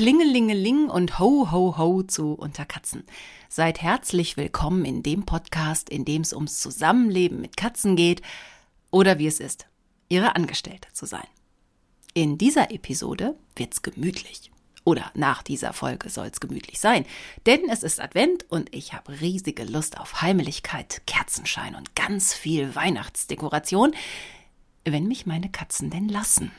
Klingelingeling und ho, ho, ho zu Unter Katzen. Seid herzlich willkommen in dem Podcast, in dem es ums Zusammenleben mit Katzen geht oder wie es ist, ihre Angestellte zu sein. In dieser Episode wird's gemütlich. Oder nach dieser Folge soll's gemütlich sein, denn es ist Advent und ich habe riesige Lust auf Heimeligkeit, Kerzenschein und ganz viel Weihnachtsdekoration, wenn mich meine Katzen denn lassen.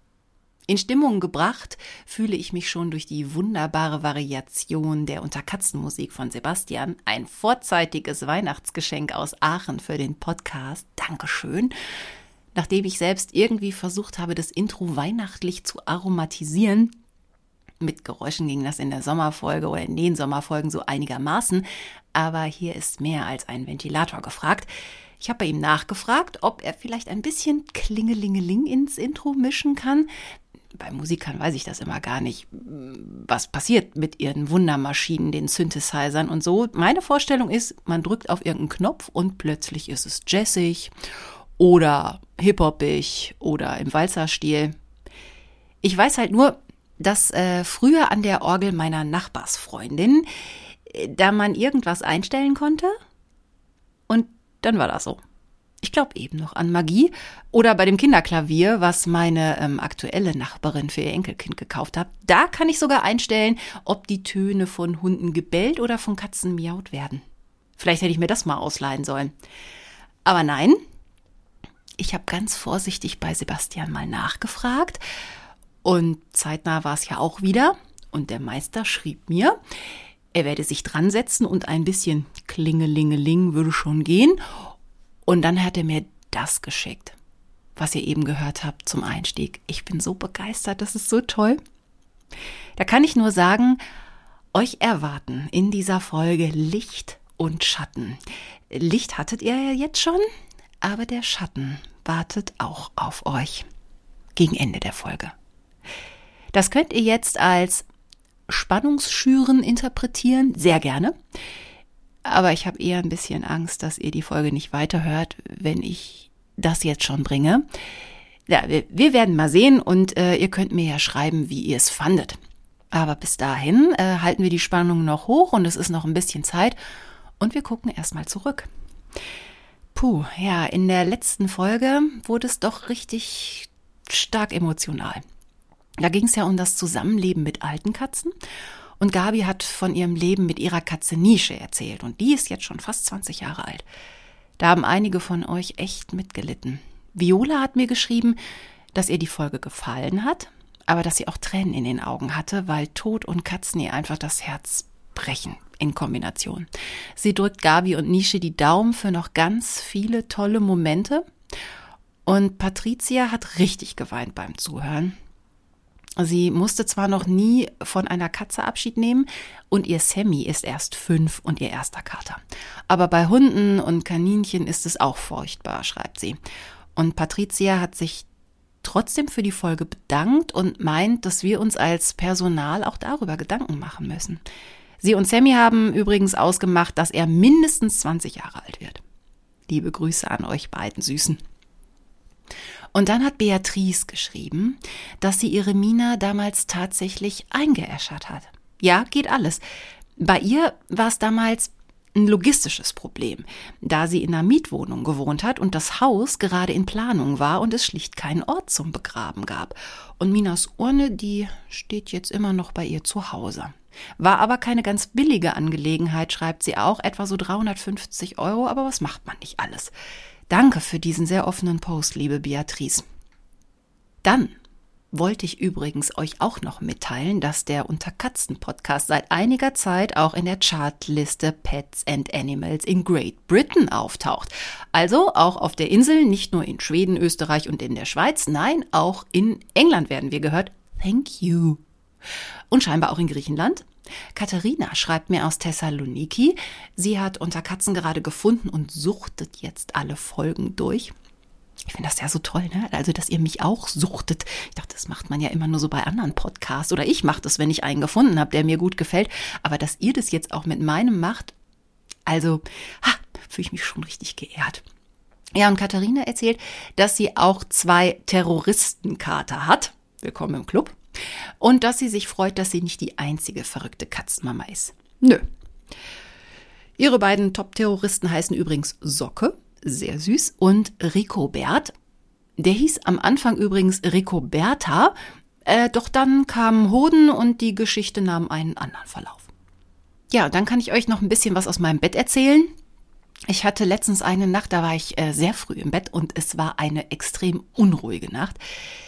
In Stimmung gebracht fühle ich mich schon durch die wunderbare Variation der Unter-Katzen-Musik von Sebastian. Ein vorzeitiges Weihnachtsgeschenk aus Aachen für den Podcast. Dankeschön. Nachdem ich selbst irgendwie versucht habe, das Intro weihnachtlich zu aromatisieren. Mit Geräuschen ging das in der Sommerfolge oder in den Sommerfolgen so einigermaßen. Aber hier ist mehr als ein Ventilator gefragt. Ich habe bei ihm nachgefragt, ob er vielleicht ein bisschen Klingelingeling ins Intro mischen kann. Bei Musikern weiß ich das immer gar nicht, was passiert mit ihren Wundermaschinen, den Synthesizern und so. Meine Vorstellung ist, man drückt auf irgendeinen Knopf und plötzlich ist es jazzig oder hip-hopig oder im Walzerstil. Ich weiß halt nur, dass früher an der Orgel meiner Nachbarsfreundin, da man irgendwas einstellen konnte und dann war das so. Ich glaube eben noch an Magie oder bei dem Kinderklavier, was meine aktuelle Nachbarin für ihr Enkelkind gekauft hat. Da kann ich sogar einstellen, ob die Töne von Hunden gebellt oder von Katzen miaut werden. Vielleicht hätte ich mir das mal ausleihen sollen. Aber nein, ich habe ganz vorsichtig bei Sebastian mal nachgefragt und zeitnah war es ja auch wieder und der Meister schrieb mir, er werde sich dran setzen und ein bisschen Klingelingeling würde schon gehen. Und dann hat er mir das geschickt, was ihr eben gehört habt zum Einstieg. Ich bin so begeistert, das ist so toll. Da kann ich nur sagen, euch erwarten in dieser Folge Licht und Schatten. Licht hattet ihr ja jetzt schon, aber der Schatten wartet auch auf euch gegen Ende der Folge. Das könnt ihr jetzt als Spannungsschüren interpretieren, sehr gerne. Aber ich habe eher ein bisschen Angst, dass ihr die Folge nicht weiterhört, wenn ich das jetzt schon bringe. Ja, wir werden mal sehen und ihr könnt mir ja schreiben, wie ihr es fandet. Aber bis dahin halten wir die Spannung noch hoch und es ist noch ein bisschen Zeit und wir gucken erstmal zurück. Ja, in der letzten Folge wurde es doch richtig stark emotional. Da ging es ja um das Zusammenleben mit alten Katzen. Und Gabi hat von ihrem Leben mit ihrer Katze Nische erzählt. Und die ist jetzt schon fast 20 Jahre alt. Da haben einige von euch echt mitgelitten. Viola hat mir geschrieben, dass ihr die Folge gefallen hat, aber dass sie auch Tränen in den Augen hatte, weil Tod und Katzen ihr einfach das Herz brechen in Kombination. Sie drückt Gabi und Nische die Daumen für noch ganz viele tolle Momente. Und Patricia hat richtig geweint beim Zuhören. Sie musste zwar noch nie von einer Katze Abschied nehmen und ihr Sammy ist erst 5 und ihr erster Kater. Aber bei Hunden und Kaninchen ist es auch furchtbar, schreibt sie. Und Patricia hat sich trotzdem für die Folge bedankt und meint, dass wir uns als Personal auch darüber Gedanken machen müssen. Sie und Sammy haben übrigens ausgemacht, dass er mindestens 20 Jahre alt wird. Liebe Grüße an euch beiden Süßen. Und dann hat Beatrice geschrieben, dass sie ihre Mina damals tatsächlich eingeäschert hat. Ja, geht alles. Bei ihr war es damals ein logistisches Problem, da sie in einer Mietwohnung gewohnt hat und das Haus gerade in Planung war und es schlicht keinen Ort zum Begraben gab. Und Minas Urne, die steht jetzt immer noch bei ihr zu Hause. War aber keine ganz billige Angelegenheit, schreibt sie auch, etwa so 350 €, aber was macht man nicht alles? Danke für diesen sehr offenen Post, liebe Beatrice. Dann wollte ich übrigens euch auch noch mitteilen, dass der Unter-Katzen-Podcast seit einiger Zeit auch in der Chartliste Pets and Animals in Great Britain auftaucht. Also auch auf der Insel, nicht nur in Schweden, Österreich und in der Schweiz, nein, auch in England werden wir gehört. Thank you. Und scheinbar auch in Griechenland. Katharina schreibt mir aus Thessaloniki, sie hat Unter Katzen gerade gefunden und suchtet jetzt alle Folgen durch. Ich finde das ja so toll, ne? Also, dass ihr mich auch suchtet. Ich dachte, das macht man ja immer nur so bei anderen Podcasts. Oder ich mache das, wenn ich einen gefunden habe, der mir gut gefällt. Aber dass ihr das jetzt auch mit meinem macht, also fühle ich mich schon richtig geehrt. Ja, und Katharina erzählt, dass sie auch 2 Terroristenkater hat. Willkommen im Club. Und dass sie sich freut, dass sie nicht die einzige verrückte Katzenmama ist. Nö. Ihre beiden Top-Terroristen heißen übrigens Socke, sehr süß, und Ricobert. Der hieß am Anfang übrigens Ricoberta, doch dann kamen Hoden und die Geschichte nahm einen anderen Verlauf. Ja, dann kann ich euch noch ein bisschen was aus meinem Bett erzählen. Ich hatte letztens eine Nacht, da war ich sehr früh im Bett und es war eine extrem unruhige Nacht.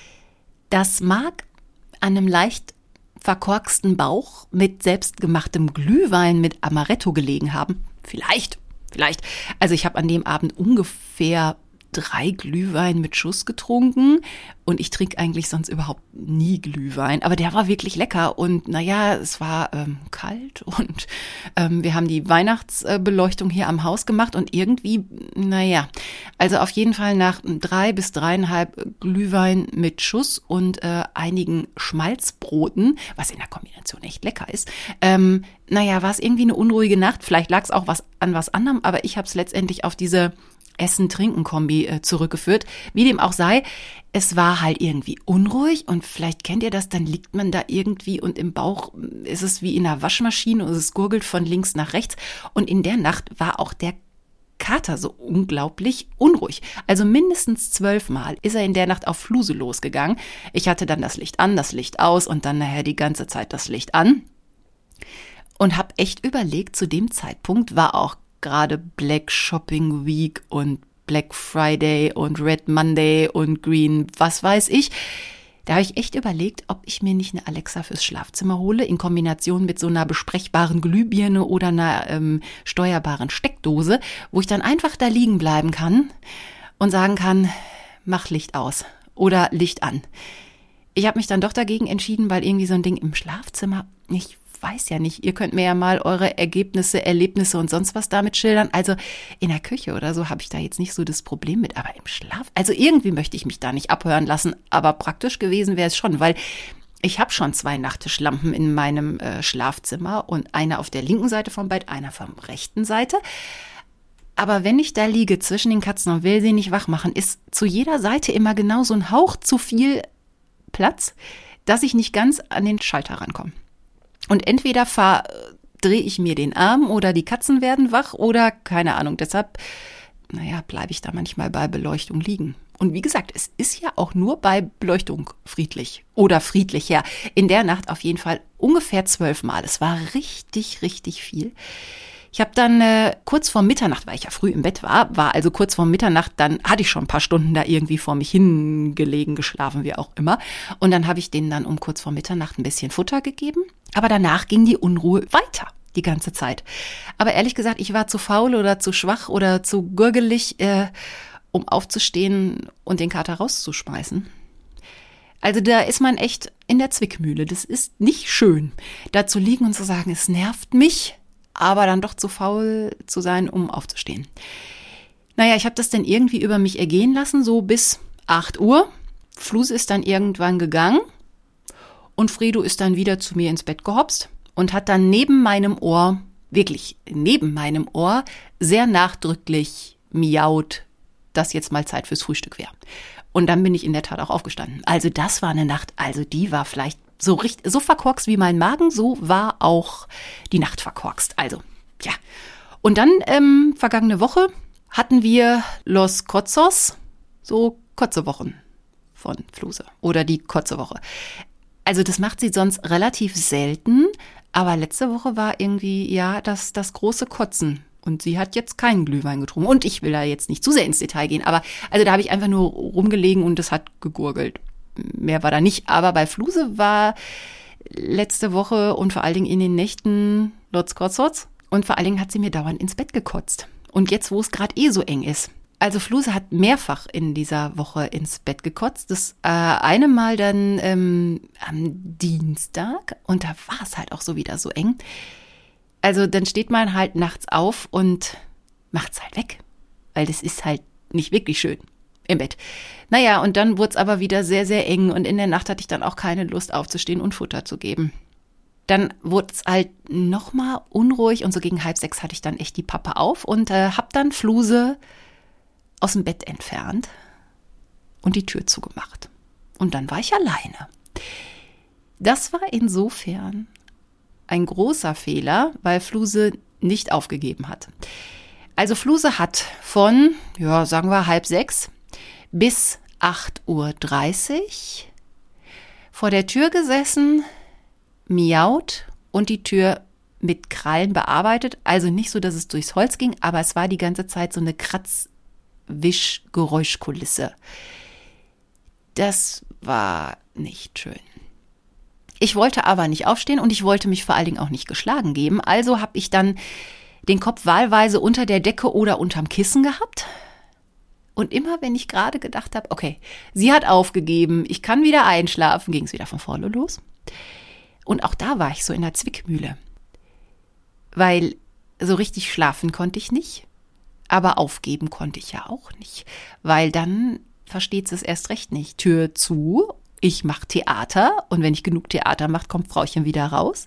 Das mag an einem leicht verkorksten Bauch mit selbstgemachtem Glühwein mit Amaretto gelegen haben. Vielleicht. Also ich habe an dem Abend ungefähr 3 Glühwein mit Schuss getrunken und ich trinke eigentlich sonst überhaupt nie Glühwein, aber der war wirklich lecker und naja, es war kalt und wir haben die Weihnachtsbeleuchtung hier am Haus gemacht und irgendwie, naja, also auf jeden Fall nach 3 bis 3,5 Glühwein mit Schuss und einigen Schmalzbroten, was in der Kombination echt lecker ist, naja, war es irgendwie eine unruhige Nacht, vielleicht lag es auch an was anderem, aber ich habe es letztendlich auf diese Essen-Trinken-Kombi zurückgeführt. Wie dem auch sei, es war halt irgendwie unruhig und vielleicht kennt ihr das, dann liegt man da irgendwie und im Bauch ist es wie in einer Waschmaschine und es gurgelt von links nach rechts und in der Nacht war auch der Kater so unglaublich unruhig. Also mindestens 12 Mal ist er in der Nacht auf Fluse losgegangen. Ich hatte dann das Licht an, das Licht aus und dann nachher die ganze Zeit das Licht an und habe echt überlegt, zu dem Zeitpunkt war auch gerade Black Shopping Week und Black Friday und Red Monday und Green, was weiß ich. Da habe ich echt überlegt, ob ich mir nicht eine Alexa fürs Schlafzimmer hole, in Kombination mit so einer besprechbaren Glühbirne oder einer steuerbaren Steckdose, wo ich dann einfach da liegen bleiben kann und sagen kann, mach Licht aus oder Licht an. Ich habe mich dann doch dagegen entschieden, weil irgendwie so ein Ding im Schlafzimmer, ich weiß ja nicht, ihr könnt mir ja mal eure Ergebnisse, Erlebnisse und sonst was damit schildern. Also in der Küche oder so habe ich da jetzt nicht so das Problem mit, aber im Schlaf, also irgendwie möchte ich mich da nicht abhören lassen, aber praktisch gewesen wäre es schon, weil ich habe schon 2 Nachttischlampen in meinem Schlafzimmer und eine auf der linken Seite vom Bett, einer vom rechten Seite. Aber wenn ich da liege zwischen den Katzen und will sie nicht wach machen, ist zu jeder Seite immer genau so ein Hauch zu viel Platz, dass ich nicht ganz an den Schalter rankomme. Und entweder drehe ich mir den Arm oder die Katzen werden wach oder keine Ahnung. Deshalb, naja, bleibe ich da manchmal bei Beleuchtung liegen. Und wie gesagt, es ist ja auch nur bei Beleuchtung friedlich oder friedlicher. In der Nacht auf jeden Fall ungefähr 12 Mal. Es war richtig, richtig viel. Ich habe dann kurz vor Mitternacht, weil ich ja früh im Bett war also kurz vor Mitternacht, dann hatte ich schon ein paar Stunden da irgendwie vor mich hingelegen, geschlafen, wie auch immer. Und dann habe ich denen dann um kurz vor Mitternacht ein bisschen Futter gegeben. Aber danach ging die Unruhe weiter, die ganze Zeit. Aber ehrlich gesagt, ich war zu faul oder zu schwach oder zu gurgelig, um aufzustehen und den Kater rauszuschmeißen. Also da ist man echt in der Zwickmühle. Das ist nicht schön, da zu liegen und zu sagen, es nervt mich, aber dann doch zu faul zu sein, um aufzustehen. Naja, ich habe das dann irgendwie über mich ergehen lassen, so bis 8 Uhr. Flus ist dann irgendwann gegangen und Fredo ist dann wieder zu mir ins Bett gehopst und hat dann neben meinem Ohr, wirklich neben meinem Ohr, sehr nachdrücklich miaut, dass jetzt mal Zeit fürs Frühstück wäre. Und dann bin ich in der Tat auch aufgestanden. Also das war eine Nacht, also die war vielleicht so verkorkst wie mein Magen, so war auch die Nacht verkorkst. Also, ja. Und dann, vergangene Woche hatten wir Los Cotzos, so Kotzewochen von Fluse oder die Kotzewoche. Also das macht sie sonst relativ selten, aber letzte Woche war irgendwie, ja, das große Kotzen. Und sie hat jetzt keinen Glühwein getrunken. Und ich will da jetzt nicht zu sehr ins Detail gehen, aber also da habe ich einfach nur rumgelegen und es hat gegurgelt. Mehr war da nicht. Aber bei Fluse war letzte Woche und vor allen Dingen in den Nächten Lotzkotzotz. Und vor allen Dingen hat sie mir dauernd ins Bett gekotzt. Und jetzt, wo es gerade so eng ist. Also Fluse hat mehrfach in dieser Woche ins Bett gekotzt. Das eine Mal dann am Dienstag. Und da war es halt auch so wieder so eng. Also dann steht man halt nachts auf und macht's halt weg. Weil das ist halt nicht wirklich schön im Bett. Naja, und dann wurde es aber wieder sehr, sehr eng. Und in der Nacht hatte ich dann auch keine Lust aufzustehen und Futter zu geben. Dann wurde es halt nochmal unruhig. Und so gegen 5:30 hatte ich dann echt die Pappe auf. Und habe dann Fluse aus dem Bett entfernt und die Tür zugemacht. Und dann war ich alleine. Das war insofern ein großer Fehler, weil Fluse nicht aufgegeben hat. Also Fluse hat von, sagen wir 5:30 bis 8:30 Uhr vor der Tür gesessen, miaut und die Tür mit Krallen bearbeitet. Also nicht so, dass es durchs Holz ging, aber es war die ganze Zeit so eine Kratzwisch-Geräuschkulisse. Das war nicht schön. Ich wollte aber nicht aufstehen und ich wollte mich vor allen Dingen auch nicht geschlagen geben. Also habe ich dann den Kopf wahlweise unter der Decke oder unterm Kissen gehabt. Und immer, wenn ich gerade gedacht habe, okay, sie hat aufgegeben, ich kann wieder einschlafen, ging es wieder von vorne los. Und auch da war ich so in der Zwickmühle. Weil so richtig schlafen konnte ich nicht, aber aufgeben konnte ich ja auch nicht. Weil dann versteht sie es erst recht nicht. Tür zu, ich mache Theater und wenn ich genug Theater mache, kommt Frauchen wieder raus.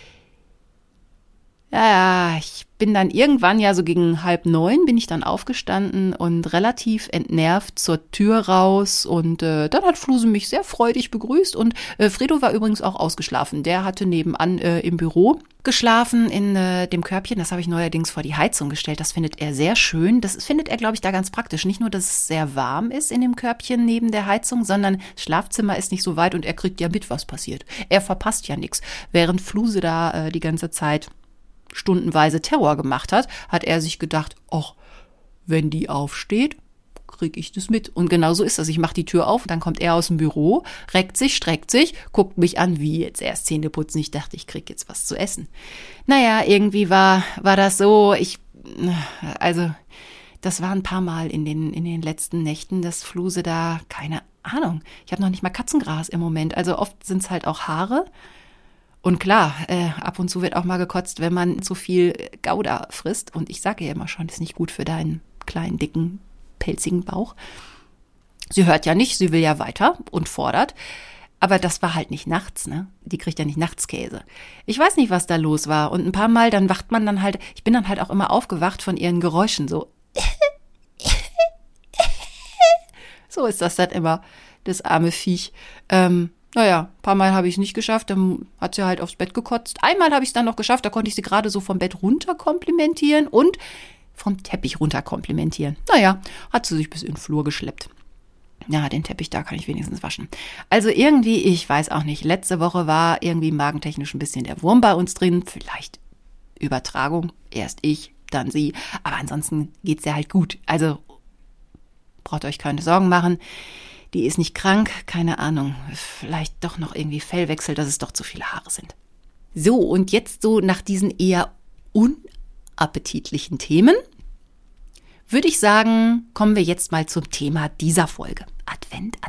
Ja, ich bin dann irgendwann so gegen 8:30 bin ich dann aufgestanden und relativ entnervt zur Tür raus und dann hat Fluse mich sehr freudig begrüßt und Fredo war übrigens auch ausgeschlafen. Der hatte nebenan im Büro geschlafen in dem Körbchen. Das habe ich neuerdings vor die Heizung gestellt. Das findet er sehr schön. Das findet er, glaube ich, da ganz praktisch. Nicht nur, dass es sehr warm ist in dem Körbchen neben der Heizung, sondern das Schlafzimmer ist nicht so weit und er kriegt ja mit, was passiert. Er verpasst ja nichts. Während Fluse da die ganze Zeit stundenweise Terror gemacht hat, hat er sich gedacht, ach, wenn die aufsteht, kriege ich das mit. Und genau so ist das. Ich mache die Tür auf, dann kommt er aus dem Büro, reckt sich, streckt sich, guckt mich an, wie jetzt erst Zähne putzen. Ich dachte, ich kriege jetzt was zu essen. Naja, irgendwie war das so, also das war ein paar Mal in den letzten Nächten, dass Fluse da, keine Ahnung, ich habe noch nicht mal Katzengras im Moment. Also oft sind es halt auch Haare. Und klar, ab und zu wird auch mal gekotzt, wenn man zu viel Gouda frisst. Und ich sage ja immer schon, das ist nicht gut für deinen kleinen, dicken, pelzigen Bauch. Sie hört ja nicht, sie will ja weiter und fordert. Aber das war halt nicht nachts, ne? Die kriegt ja nicht nachts Käse. Ich weiß nicht, was da los war. Und ein paar Mal, dann wacht man dann halt, ich bin dann halt auch immer aufgewacht von ihren Geräuschen, so. So ist das dann immer, das arme Viech. Naja, ein paar Mal habe ich es nicht geschafft, dann hat sie halt aufs Bett gekotzt. Einmal habe ich es dann noch geschafft, da konnte ich sie gerade so vom Bett runter komplimentieren und vom Teppich runter komplimentieren. Naja, hat sie sich bis in den Flur geschleppt. Ja, den Teppich, da kann ich wenigstens waschen. Also irgendwie, ich weiß auch nicht, letzte Woche war irgendwie magentechnisch ein bisschen der Wurm bei uns drin. Vielleicht Übertragung, erst ich, dann sie. Aber ansonsten geht's ja halt gut. Also braucht euch keine Sorgen machen. Die ist nicht krank, keine Ahnung, vielleicht doch noch irgendwie Fellwechsel, dass es doch zu viele Haare sind. So, und jetzt so nach diesen eher unappetitlichen Themen, würde ich sagen, kommen wir jetzt mal zum Thema dieser Folge. Advent.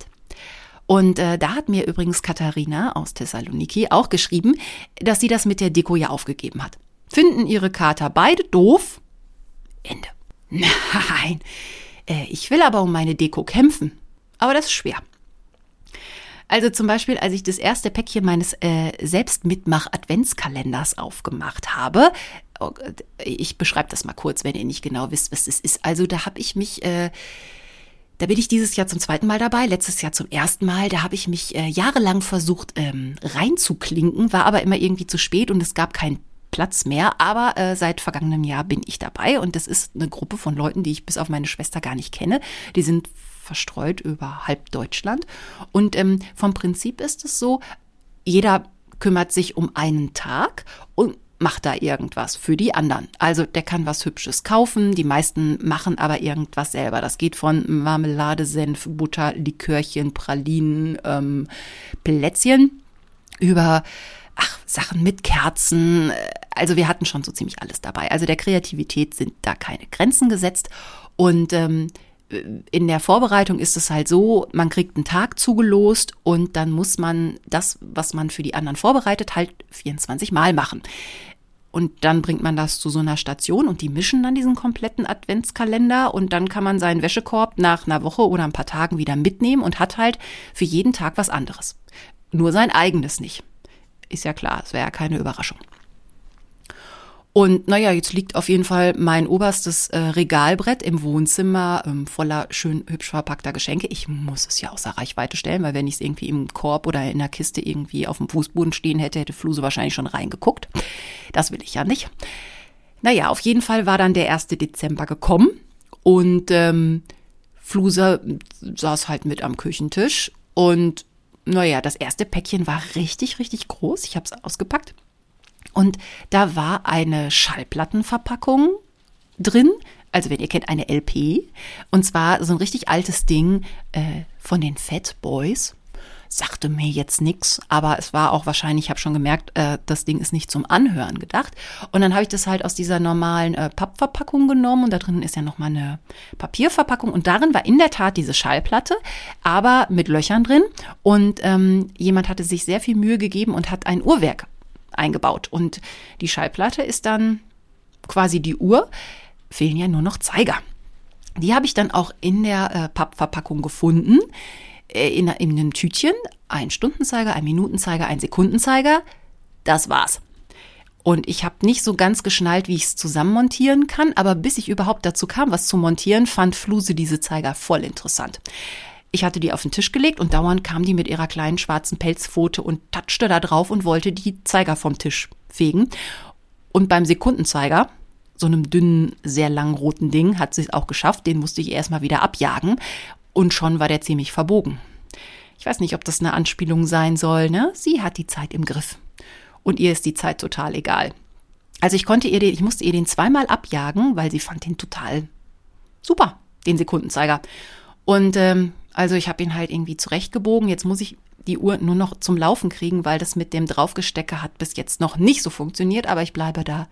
Und da hat mir übrigens Katharina aus Thessaloniki auch geschrieben, dass sie das mit der Deko ja aufgegeben hat. Finden ihre Kater beide doof? Ende. Nein, ich will aber um meine Deko kämpfen. Aber das ist schwer. Also zum Beispiel, als ich das erste Päckchen meines Selbstmitmach-Adventskalenders aufgemacht habe, ich beschreibe das mal kurz, wenn ihr nicht genau wisst, was das ist. Also da habe ich mich, da bin ich dieses Jahr zum 2. Mal dabei, letztes Jahr zum 1. Mal, da habe ich mich jahrelang versucht reinzuklinken, war aber immer irgendwie zu spät und es gab keinen Platz mehr, aber seit vergangenem Jahr bin ich dabei und das ist eine Gruppe von Leuten, die ich bis auf meine Schwester gar nicht kenne. Die sind verstreut über halb Deutschland und vom Prinzip ist es so, jeder kümmert sich um einen Tag und macht da irgendwas für die anderen. Also der kann was Hübsches kaufen, die meisten machen aber irgendwas selber. Das geht von Marmelade, Senf, Butter, Likörchen, Pralinen, Plätzchen über Sachen mit Kerzen. Also wir hatten schon so ziemlich alles dabei. Also der Kreativität sind da keine Grenzen gesetzt. Und in der Vorbereitung ist es halt so, man kriegt einen Tag zugelost und dann muss man das, was man für die anderen vorbereitet, halt 24 Mal machen. Und dann bringt man das zu so einer Station und die mischen dann diesen kompletten Adventskalender und dann kann man seinen Wäschekorb nach einer Woche oder ein paar Tagen wieder mitnehmen und hat halt für jeden Tag was anderes. Nur sein eigenes nicht. Ist ja klar, es wäre ja keine Überraschung. Und naja, jetzt liegt auf jeden Fall mein oberstes Regalbrett im Wohnzimmer voller schön hübsch verpackter Geschenke. Ich muss es ja außer Reichweite stellen, weil wenn ich es irgendwie im Korb oder in der Kiste irgendwie auf dem Fußboden stehen hätte, hätte Fluse wahrscheinlich schon reingeguckt. Das will ich ja nicht. Naja, auf jeden Fall war dann der 1. Dezember gekommen und Fluse saß halt mit am Küchentisch und naja, das erste Päckchen war richtig, richtig groß. Ich habe es ausgepackt. Und da war eine Schallplattenverpackung drin, also wenn ihr kennt, eine LP. Und zwar so ein richtig altes Ding von den Fat Boys. Sagte mir jetzt nichts, aber es war auch wahrscheinlich, ich habe schon gemerkt, das Ding ist nicht zum Anhören gedacht. Und dann habe ich das halt aus dieser normalen Pappverpackung genommen und da drin ist ja nochmal eine Papierverpackung und darin war in der Tat diese Schallplatte, aber mit Löchern drin und jemand hatte sich sehr viel Mühe gegeben und hat ein Uhrwerk eingebaut und die Schallplatte ist dann quasi die Uhr, fehlen ja nur noch Zeiger. Die habe ich dann auch in der Pappverpackung gefunden, in einem Tütchen, ein Stundenzeiger, ein Minutenzeiger, ein Sekundenzeiger, das war's. Und ich habe nicht so ganz geschnallt, wie ich es zusammenmontieren kann, aber bis ich überhaupt dazu kam, was zu montieren, fand Fluse diese Zeiger voll interessant. Ich hatte die auf den Tisch gelegt und dauernd kam die mit ihrer kleinen schwarzen Pelzpfote und touchte da drauf und wollte die Zeiger vom Tisch fegen. Und beim Sekundenzeiger, so einem dünnen, sehr langen roten Ding, hat sie es auch geschafft. Den musste ich erstmal wieder abjagen. Und schon war der ziemlich verbogen. Ich weiß nicht, ob das eine Anspielung sein soll, ne? Sie hat die Zeit im Griff. Und ihr ist die Zeit total egal. Also ich musste ihr den zweimal abjagen, weil sie fand den total super, den Sekundenzeiger. Und also ich habe ihn halt irgendwie zurechtgebogen. Jetzt muss ich die Uhr nur noch zum Laufen kriegen, weil das mit dem Draufgestecke hat bis jetzt noch nicht so funktioniert. Aber ich bleibe da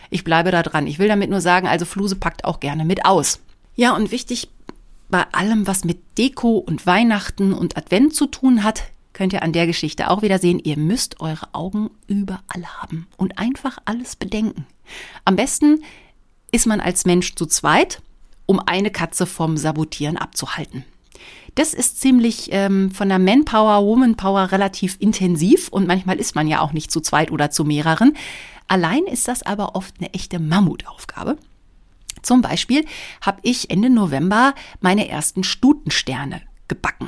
dran. Ich will damit nur sagen, also Fluse packt auch gerne mit aus. Ja, und wichtig bei allem, was mit Deko und Weihnachten und Advent zu tun hat, könnt ihr an der Geschichte auch wieder sehen, ihr müsst eure Augen überall haben und einfach alles bedenken. Am besten ist man als Mensch zu zweit, um eine Katze vom Sabotieren abzuhalten. Das ist ziemlich von der Manpower, Womanpower relativ intensiv und manchmal ist man ja auch nicht zu zweit oder zu mehreren. Allein ist das aber oft eine echte Mammutaufgabe. Zum Beispiel habe ich Ende November meine ersten Stutensterne gebacken.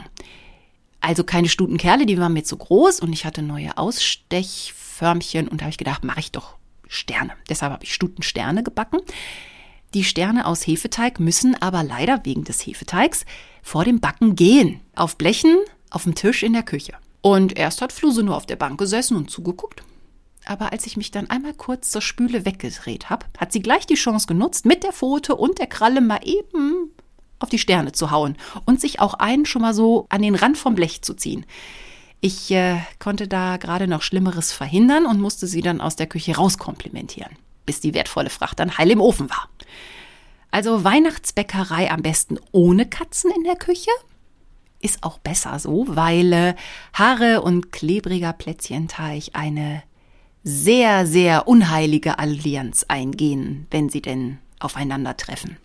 Also keine Stutenkerle, die waren mir zu groß und ich hatte neue Ausstechförmchen und da habe ich gedacht, mache ich doch Sterne. Deshalb habe ich Stutensterne gebacken. Die Sterne aus Hefeteig müssen aber leider wegen des Hefeteigs vor dem Backen gehen. Auf Blechen, auf dem Tisch in der Küche. Und erst hat Fluse nur auf der Bank gesessen und zugeguckt. Aber als ich mich dann einmal kurz zur Spüle weggedreht habe, hat sie gleich die Chance genutzt, mit der Pfote und der Kralle mal eben auf die Sterne zu hauen und sich auch einen schon mal so an den Rand vom Blech zu ziehen. Ich konnte da gerade noch Schlimmeres verhindern und musste sie dann aus der Küche rauskomplimentieren, bis die wertvolle Fracht dann heil im Ofen war. Also Weihnachtsbäckerei am besten ohne Katzen in der Küche? Ist auch besser so, weil Haare und klebriger Plätzchenteig eine sehr, sehr unheilige Allianz eingehen, wenn sie denn aufeinandertreffen.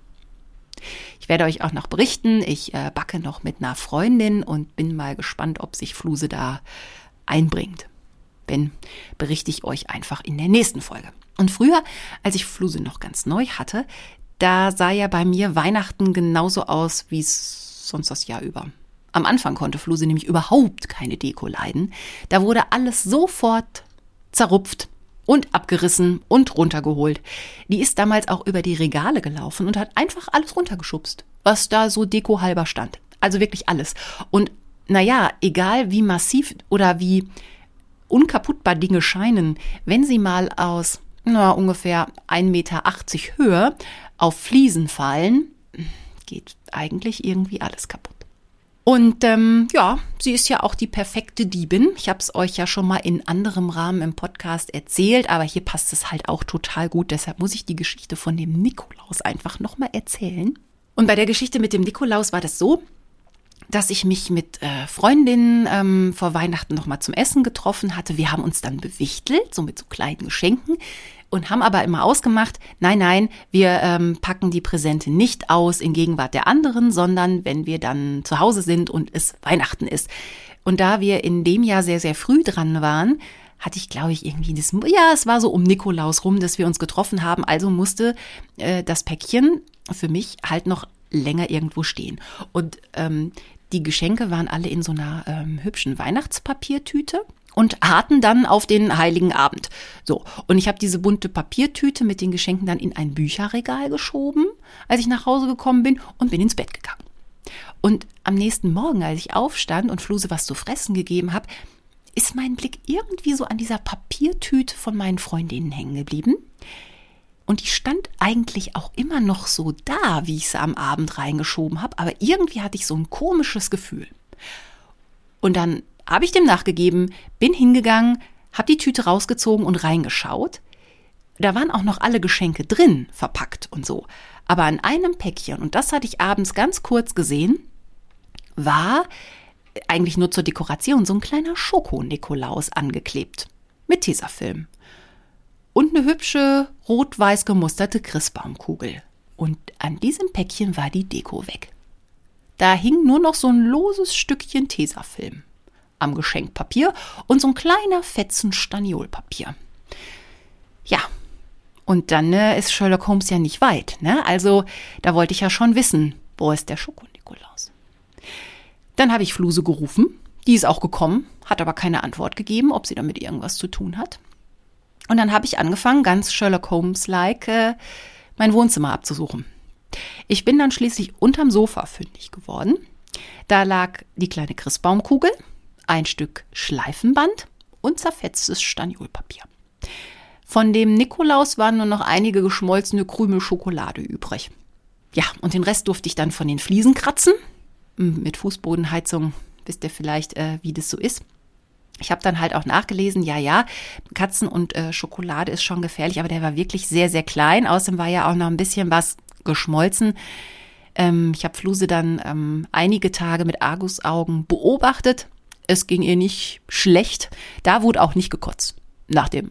Ich werde euch auch noch berichten, ich backe noch mit einer Freundin und bin mal gespannt, ob sich Fluse da einbringt. Wenn, berichte ich euch einfach in der nächsten Folge. Und früher, als ich Fluse noch ganz neu hatte, da sah ja bei mir Weihnachten genauso aus, wie es sonst das Jahr über. Am Anfang konnte Fluse nämlich überhaupt keine Deko leiden. Da wurde alles sofort zerrupft und abgerissen und runtergeholt. Die ist damals auch über die Regale gelaufen und hat einfach alles runtergeschubst, was da so dekohalber stand. Also wirklich alles. Und naja, egal wie massiv oder wie unkaputtbar Dinge scheinen, wenn sie mal aus ungefähr 1,80 Meter Höhe auf Fliesen fallen, geht eigentlich irgendwie alles kaputt. Und sie ist ja auch die perfekte Diebin. Ich habe es euch ja schon mal in anderem Rahmen im Podcast erzählt, aber hier passt es halt auch total gut. Deshalb muss ich die Geschichte von dem Nikolaus einfach nochmal erzählen. Und bei der Geschichte mit dem Nikolaus war das so, dass ich mich mit Freundinnen vor Weihnachten nochmal zum Essen getroffen hatte. Wir haben uns dann bewichtelt, so mit so kleinen Geschenken. Und haben aber immer ausgemacht, nein, wir packen die Präsente nicht aus in Gegenwart der anderen, sondern wenn wir dann zu Hause sind und es Weihnachten ist. Und da wir in dem Jahr sehr, sehr früh dran waren, hatte ich, glaube ich, irgendwie es war so um Nikolaus rum, dass wir uns getroffen haben. Also musste das Päckchen für mich halt noch länger irgendwo stehen. Und die Geschenke waren alle in so einer hübschen Weihnachtspapiertüte und harten dann auf den Heiligen Abend. So, und ich habe diese bunte Papiertüte mit den Geschenken dann in ein Bücherregal geschoben, als ich nach Hause gekommen bin und bin ins Bett gegangen. Und am nächsten Morgen, als ich aufstand und Fluse was zu fressen gegeben habe, ist mein Blick irgendwie so an dieser Papiertüte von meinen Freundinnen hängen geblieben. Und die stand eigentlich auch immer noch so da, wie ich sie am Abend reingeschoben habe. Aber irgendwie hatte ich so ein komisches Gefühl. Und dann habe ich dem nachgegeben, bin hingegangen, habe die Tüte rausgezogen und reingeschaut. Da waren auch noch alle Geschenke drin, verpackt und so. Aber an einem Päckchen, und das hatte ich abends ganz kurz gesehen, war eigentlich nur zur Dekoration so ein kleiner Schoko-Nikolaus angeklebt. Mit Tesafilm. Und eine hübsche, rot-weiß gemusterte Christbaumkugel. Und an diesem Päckchen war die Deko weg. Da hing nur noch so ein loses Stückchen Tesafilm am Geschenkpapier und so ein kleiner Fetzen Staniolpapier. Ja, und dann ist Sherlock Holmes ja nicht weit, ne? Also da wollte ich ja schon wissen, wo ist der Schoko-Nikolaus? Dann habe ich Fluse gerufen, die ist auch gekommen, hat aber keine Antwort gegeben, ob sie damit irgendwas zu tun hat. Und dann habe ich angefangen, ganz Sherlock Holmes-like, mein Wohnzimmer abzusuchen. Ich bin dann schließlich unterm Sofa fündig geworden. Da lag die kleine Christbaumkugel, ein Stück Schleifenband und zerfetztes Staniolpapier. Von dem Nikolaus waren nur noch einige geschmolzene Krümel Schokolade übrig. Ja, und den Rest durfte ich dann von den Fliesen kratzen. Mit Fußbodenheizung wisst ihr vielleicht, wie das so ist. Ich habe dann halt auch nachgelesen, ja, Katzen und Schokolade ist schon gefährlich, aber der war wirklich sehr, sehr klein. Außerdem war ja auch noch ein bisschen was geschmolzen. Ich habe Fluse dann einige Tage mit Argusaugen beobachtet. Es ging ihr nicht schlecht. Da wurde auch nicht gekotzt. Nach dem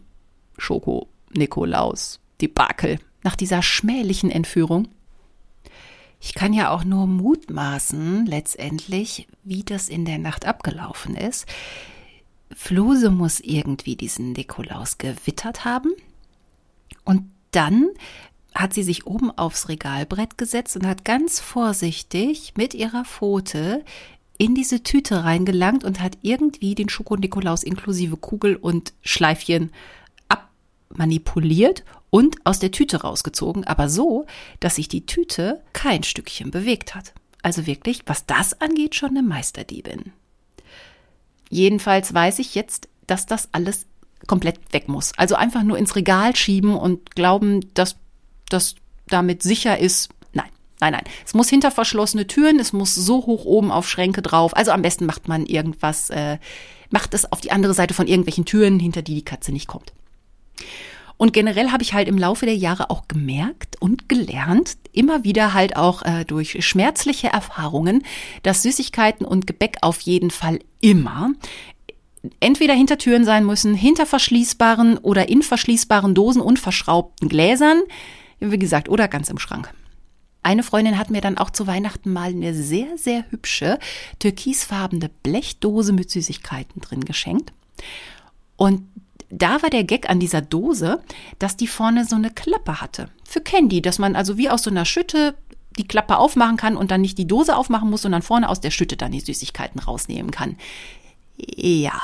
Schoko-Nikolaus-Debakel. Nach dieser schmählichen Entführung. Ich kann ja auch nur mutmaßen, letztendlich, wie das in der Nacht abgelaufen ist. Fluse muss irgendwie diesen Nikolaus gewittert haben. Und dann hat sie sich oben aufs Regalbrett gesetzt und hat ganz vorsichtig mit ihrer Pfote in diese Tüte reingelangt und hat irgendwie den Schoko-Nikolaus inklusive Kugel und Schleifchen abmanipuliert und aus der Tüte rausgezogen, aber so, dass sich die Tüte kein Stückchen bewegt hat. Also wirklich, was das angeht, schon eine Meisterdiebin. Jedenfalls weiß ich jetzt, dass das alles komplett weg muss. Also einfach nur ins Regal schieben und glauben, dass das damit sicher ist. Nein. Es muss hinter verschlossene Türen, es muss so hoch oben auf Schränke drauf. Also am besten macht man irgendwas, macht es auf die andere Seite von irgendwelchen Türen, hinter die Katze nicht kommt. Und generell habe ich halt im Laufe der Jahre auch gemerkt und gelernt, immer wieder halt auch durch schmerzliche Erfahrungen, dass Süßigkeiten und Gebäck auf jeden Fall immer entweder hinter Türen sein müssen, hinter verschließbaren oder in verschließbaren Dosen und verschraubten Gläsern, wie gesagt, oder ganz im Schrank. Eine Freundin hat mir dann auch zu Weihnachten mal eine sehr, sehr hübsche, türkisfarbene Blechdose mit Süßigkeiten drin geschenkt. Und da war der Gag an dieser Dose, dass die vorne so eine Klappe hatte. Für Candy, dass man also wie aus so einer Schütte die Klappe aufmachen kann und dann nicht die Dose aufmachen muss, sondern vorne aus der Schütte dann die Süßigkeiten rausnehmen kann. Ja,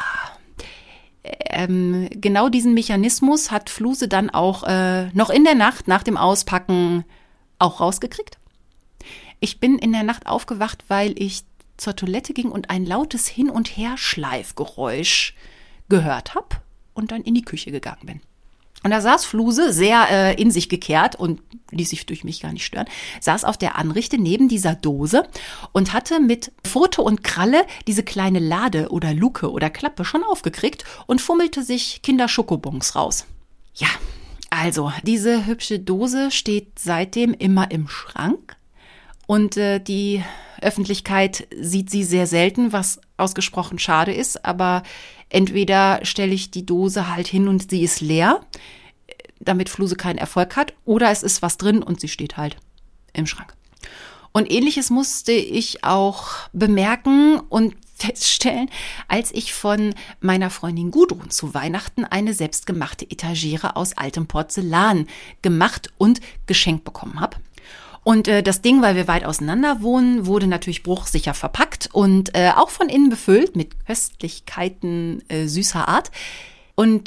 genau diesen Mechanismus hat Fluse dann auch noch in der Nacht nach dem Auspacken auch rausgekriegt. Ich bin in der Nacht aufgewacht, weil ich zur Toilette ging und ein lautes Hin- und Herschleifgeräusch gehört habe und dann in die Küche gegangen bin. Und da saß Fluse, sehr in sich gekehrt und ließ sich durch mich gar nicht stören, saß auf der Anrichte neben dieser Dose und hatte mit Pfote und Kralle diese kleine Lade oder Luke oder Klappe schon aufgekriegt und fummelte sich Kinderschokobons raus. Ja, also diese hübsche Dose steht seitdem immer im Schrank und die Öffentlichkeit sieht sie sehr selten, was ausgesprochen schade ist, aber entweder stelle ich die Dose halt hin und sie ist leer, damit Fluse keinen Erfolg hat, oder es ist was drin und sie steht halt im Schrank. Und Ähnliches musste ich auch bemerken und feststellen, als ich von meiner Freundin Gudrun zu Weihnachten eine selbstgemachte Etagere aus altem Porzellan gemacht und geschenkt bekommen habe. Und das Ding, weil wir weit auseinander wohnen, wurde natürlich bruchsicher verpackt und auch von innen befüllt mit Köstlichkeiten süßer Art. Und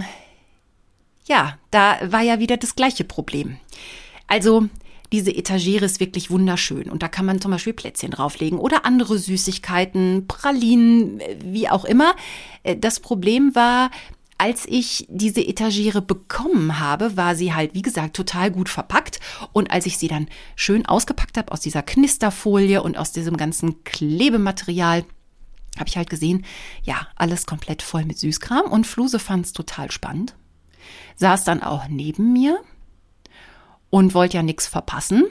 ja, da war ja wieder das gleiche Problem. Also diese Etagere ist wirklich wunderschön und da kann man zum Beispiel Plätzchen drauflegen oder andere Süßigkeiten, Pralinen, wie auch immer. Das Problem war, als ich diese Etagere bekommen habe, war sie halt, wie gesagt, total gut verpackt. Und als ich sie dann schön ausgepackt habe aus dieser Knisterfolie und aus diesem ganzen Klebematerial, habe ich halt gesehen, ja, alles komplett voll mit Süßkram. Und Fluse fand es total spannend. Saß dann auch neben mir und wollte ja nichts verpassen.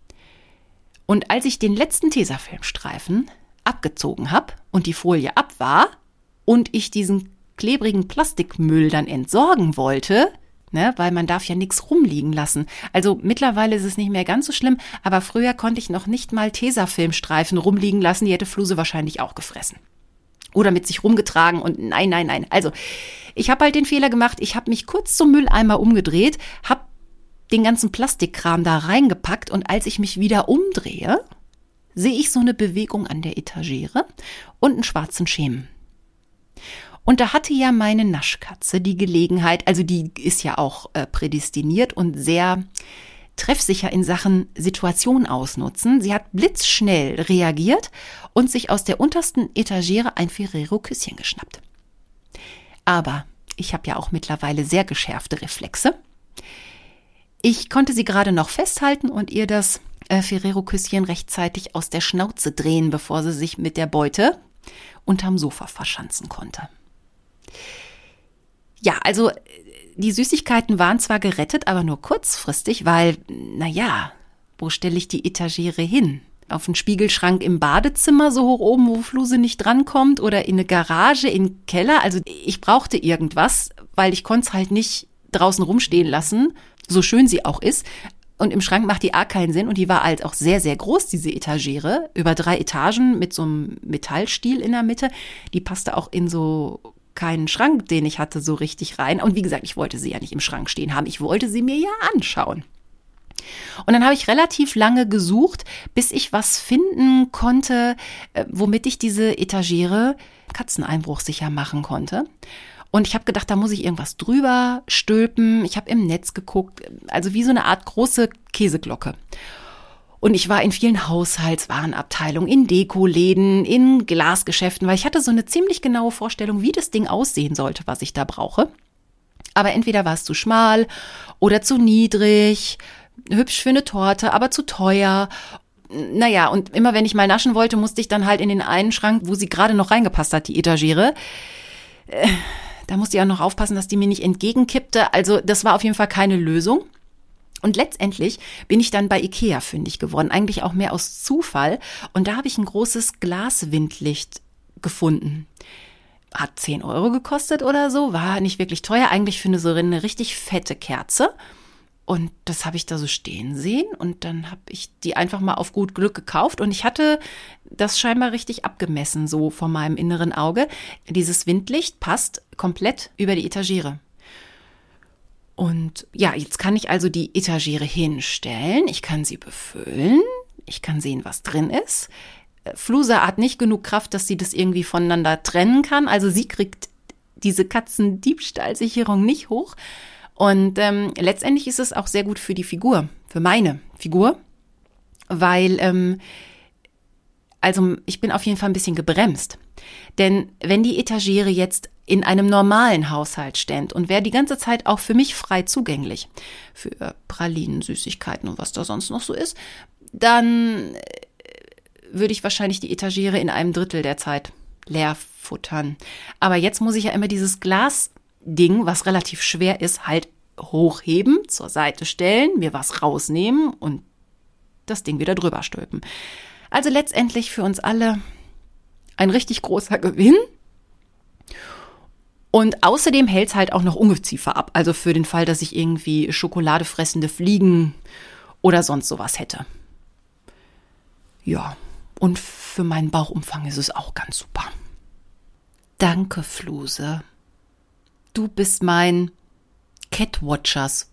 Und als ich den letzten Tesafilmstreifen abgezogen habe und die Folie ab war und ich diesen klebrigen Plastikmüll dann entsorgen wollte, ne, weil man darf ja nichts rumliegen lassen. Also mittlerweile ist es nicht mehr ganz so schlimm, aber früher konnte ich noch nicht mal Tesafilmstreifen rumliegen lassen, die hätte Fluse wahrscheinlich auch gefressen. Oder mit sich rumgetragen und nein. Also ich habe halt den Fehler gemacht, ich habe mich kurz zum Mülleimer umgedreht, habe den ganzen Plastikkram da reingepackt und als ich mich wieder umdrehe, sehe ich so eine Bewegung an der Etagere und einen schwarzen Schemen. Und da hatte ja meine Naschkatze die Gelegenheit, also die ist ja auch prädestiniert und sehr treffsicher in Sachen Situation ausnutzen. Sie hat blitzschnell reagiert und sich aus der untersten Etagere ein Ferrero-Küsschen geschnappt. Aber ich habe ja auch mittlerweile sehr geschärfte Reflexe. Ich konnte sie gerade noch festhalten und ihr das Ferrero-Küsschen rechtzeitig aus der Schnauze drehen, bevor sie sich mit der Beute unterm Sofa verschanzen konnte. Ja, also die Süßigkeiten waren zwar gerettet, aber nur kurzfristig, weil, naja, wo stelle ich die Etagere hin? Auf einen Spiegelschrank im Badezimmer, so hoch oben, wo Fluse nicht drankommt, oder in eine Garage, in den Keller? Also ich brauchte irgendwas, weil ich konnte es halt nicht draußen rumstehen lassen, so schön sie auch ist. Und im Schrank macht die keinen Sinn und die war halt auch sehr, sehr groß, diese Etagere, über 3 Etagen mit so einem Metallstiel in der Mitte. Die passte auch in so keinen Schrank, den ich hatte, so richtig rein. Und wie gesagt, ich wollte sie ja nicht im Schrank stehen haben, ich wollte sie mir ja anschauen. Und dann habe ich relativ lange gesucht, bis ich was finden konnte, womit ich diese Etagere katzeneinbruchsicher machen konnte. Und ich habe gedacht, da muss ich irgendwas drüber stülpen. Ich habe im Netz geguckt, also wie so eine Art große Käseglocke. Und ich war in vielen Haushaltswarenabteilungen, in Dekoläden, in Glasgeschäften, weil ich hatte so eine ziemlich genaue Vorstellung, wie das Ding aussehen sollte, was ich da brauche. Aber entweder war es zu schmal oder zu niedrig, hübsch für eine Torte, aber zu teuer. Naja, und immer wenn ich mal naschen wollte, musste ich dann halt in den einen Schrank, wo sie gerade noch reingepasst hat, die Etagere. Da musste ich auch noch aufpassen, dass die mir nicht entgegenkippte. Also das war auf jeden Fall keine Lösung. Und letztendlich bin ich dann bei Ikea fündig geworden, eigentlich auch mehr aus Zufall. Und da habe ich ein großes Glaswindlicht gefunden. Hat 10 € gekostet oder so, war nicht wirklich teuer, eigentlich für so eine richtig fette Kerze. Und das habe ich da so stehen sehen und dann habe ich die einfach mal auf gut Glück gekauft und ich hatte das scheinbar richtig abgemessen, so vor meinem inneren Auge. Dieses Windlicht passt komplett über die Etagere. Und ja, jetzt kann ich also die Etagere hinstellen, ich kann sie befüllen, ich kann sehen, was drin ist. Fluse hat nicht genug Kraft, dass sie das irgendwie voneinander trennen kann, also sie kriegt diese Katzendiebstahlsicherung nicht hoch. Und letztendlich ist es auch sehr gut für die Figur, für meine Figur, weil also ich bin auf jeden Fall ein bisschen gebremst. Denn wenn die Etagere jetzt in einem normalen Haushalt ständ und wäre die ganze Zeit auch für mich frei zugänglich, für Pralinen, Süßigkeiten und was da sonst noch so ist, dann würde ich wahrscheinlich die Etagere in einem Drittel der Zeit leer futtern. Aber jetzt muss ich ja immer dieses Glasding, was relativ schwer ist, halt hochheben, zur Seite stellen, mir was rausnehmen und das Ding wieder drüber stülpen. Also letztendlich für uns alle ein richtig großer Gewinn. Und außerdem hält es halt auch noch Ungeziefer ab. Also für den Fall, dass ich irgendwie schokoladefressende Fliegen oder sonst sowas hätte. Ja, und für meinen Bauchumfang ist es auch ganz super. Danke, Fluse. Du bist mein Catwatchers.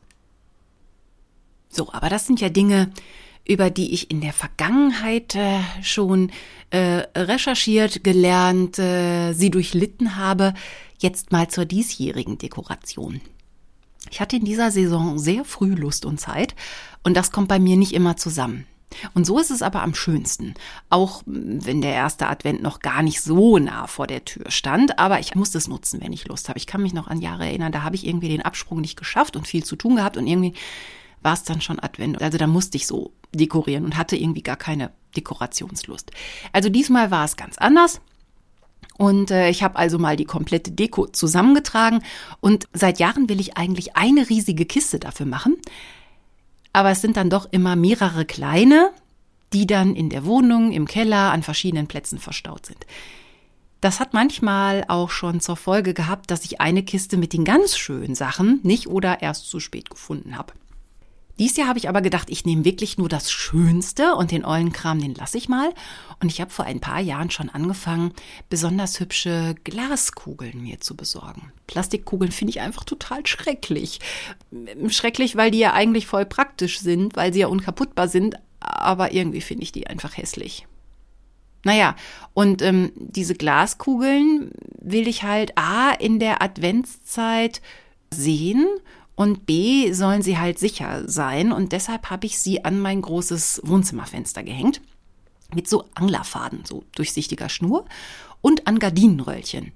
So, aber das sind ja Dinge, über die ich in der Vergangenheit schon recherchiert, gelernt, sie durchlitten habe. Jetzt mal zur diesjährigen Dekoration. Ich hatte in dieser Saison sehr früh Lust und Zeit und das kommt bei mir nicht immer zusammen. Und so ist es aber am schönsten, auch wenn der erste Advent noch gar nicht so nah vor der Tür stand, aber ich musste es nutzen, wenn ich Lust habe. Ich kann mich noch an Jahre erinnern, da habe ich irgendwie den Absprung nicht geschafft und viel zu tun gehabt und irgendwie war es dann schon Advent. Also da musste ich so dekorieren und hatte irgendwie gar keine Dekorationslust. Also diesmal war es ganz anders. Und ich habe also mal die komplette Deko zusammengetragen und seit Jahren will ich eigentlich eine riesige Kiste dafür machen. Aber es sind dann doch immer mehrere kleine, die dann in der Wohnung, im Keller, an verschiedenen Plätzen verstaut sind. Das hat manchmal auch schon zur Folge gehabt, dass ich eine Kiste mit den ganz schönen Sachen nicht oder erst zu spät gefunden habe. Dieses Jahr habe ich aber gedacht, ich nehme wirklich nur das Schönste und den ollen Kram, den lasse ich mal. Und ich habe vor ein paar Jahren schon angefangen, besonders hübsche Glaskugeln mir zu besorgen. Plastikkugeln finde ich einfach total schrecklich. Schrecklich, weil die ja eigentlich voll praktisch sind, weil sie ja unkaputtbar sind, aber irgendwie finde ich die einfach hässlich. Naja, und diese Glaskugeln will ich halt A, in der Adventszeit sehen und B, sollen sie halt sicher sein und deshalb habe ich sie an mein großes Wohnzimmerfenster gehängt mit so Anglerfaden, so durchsichtiger Schnur und an Gardinenröllchen.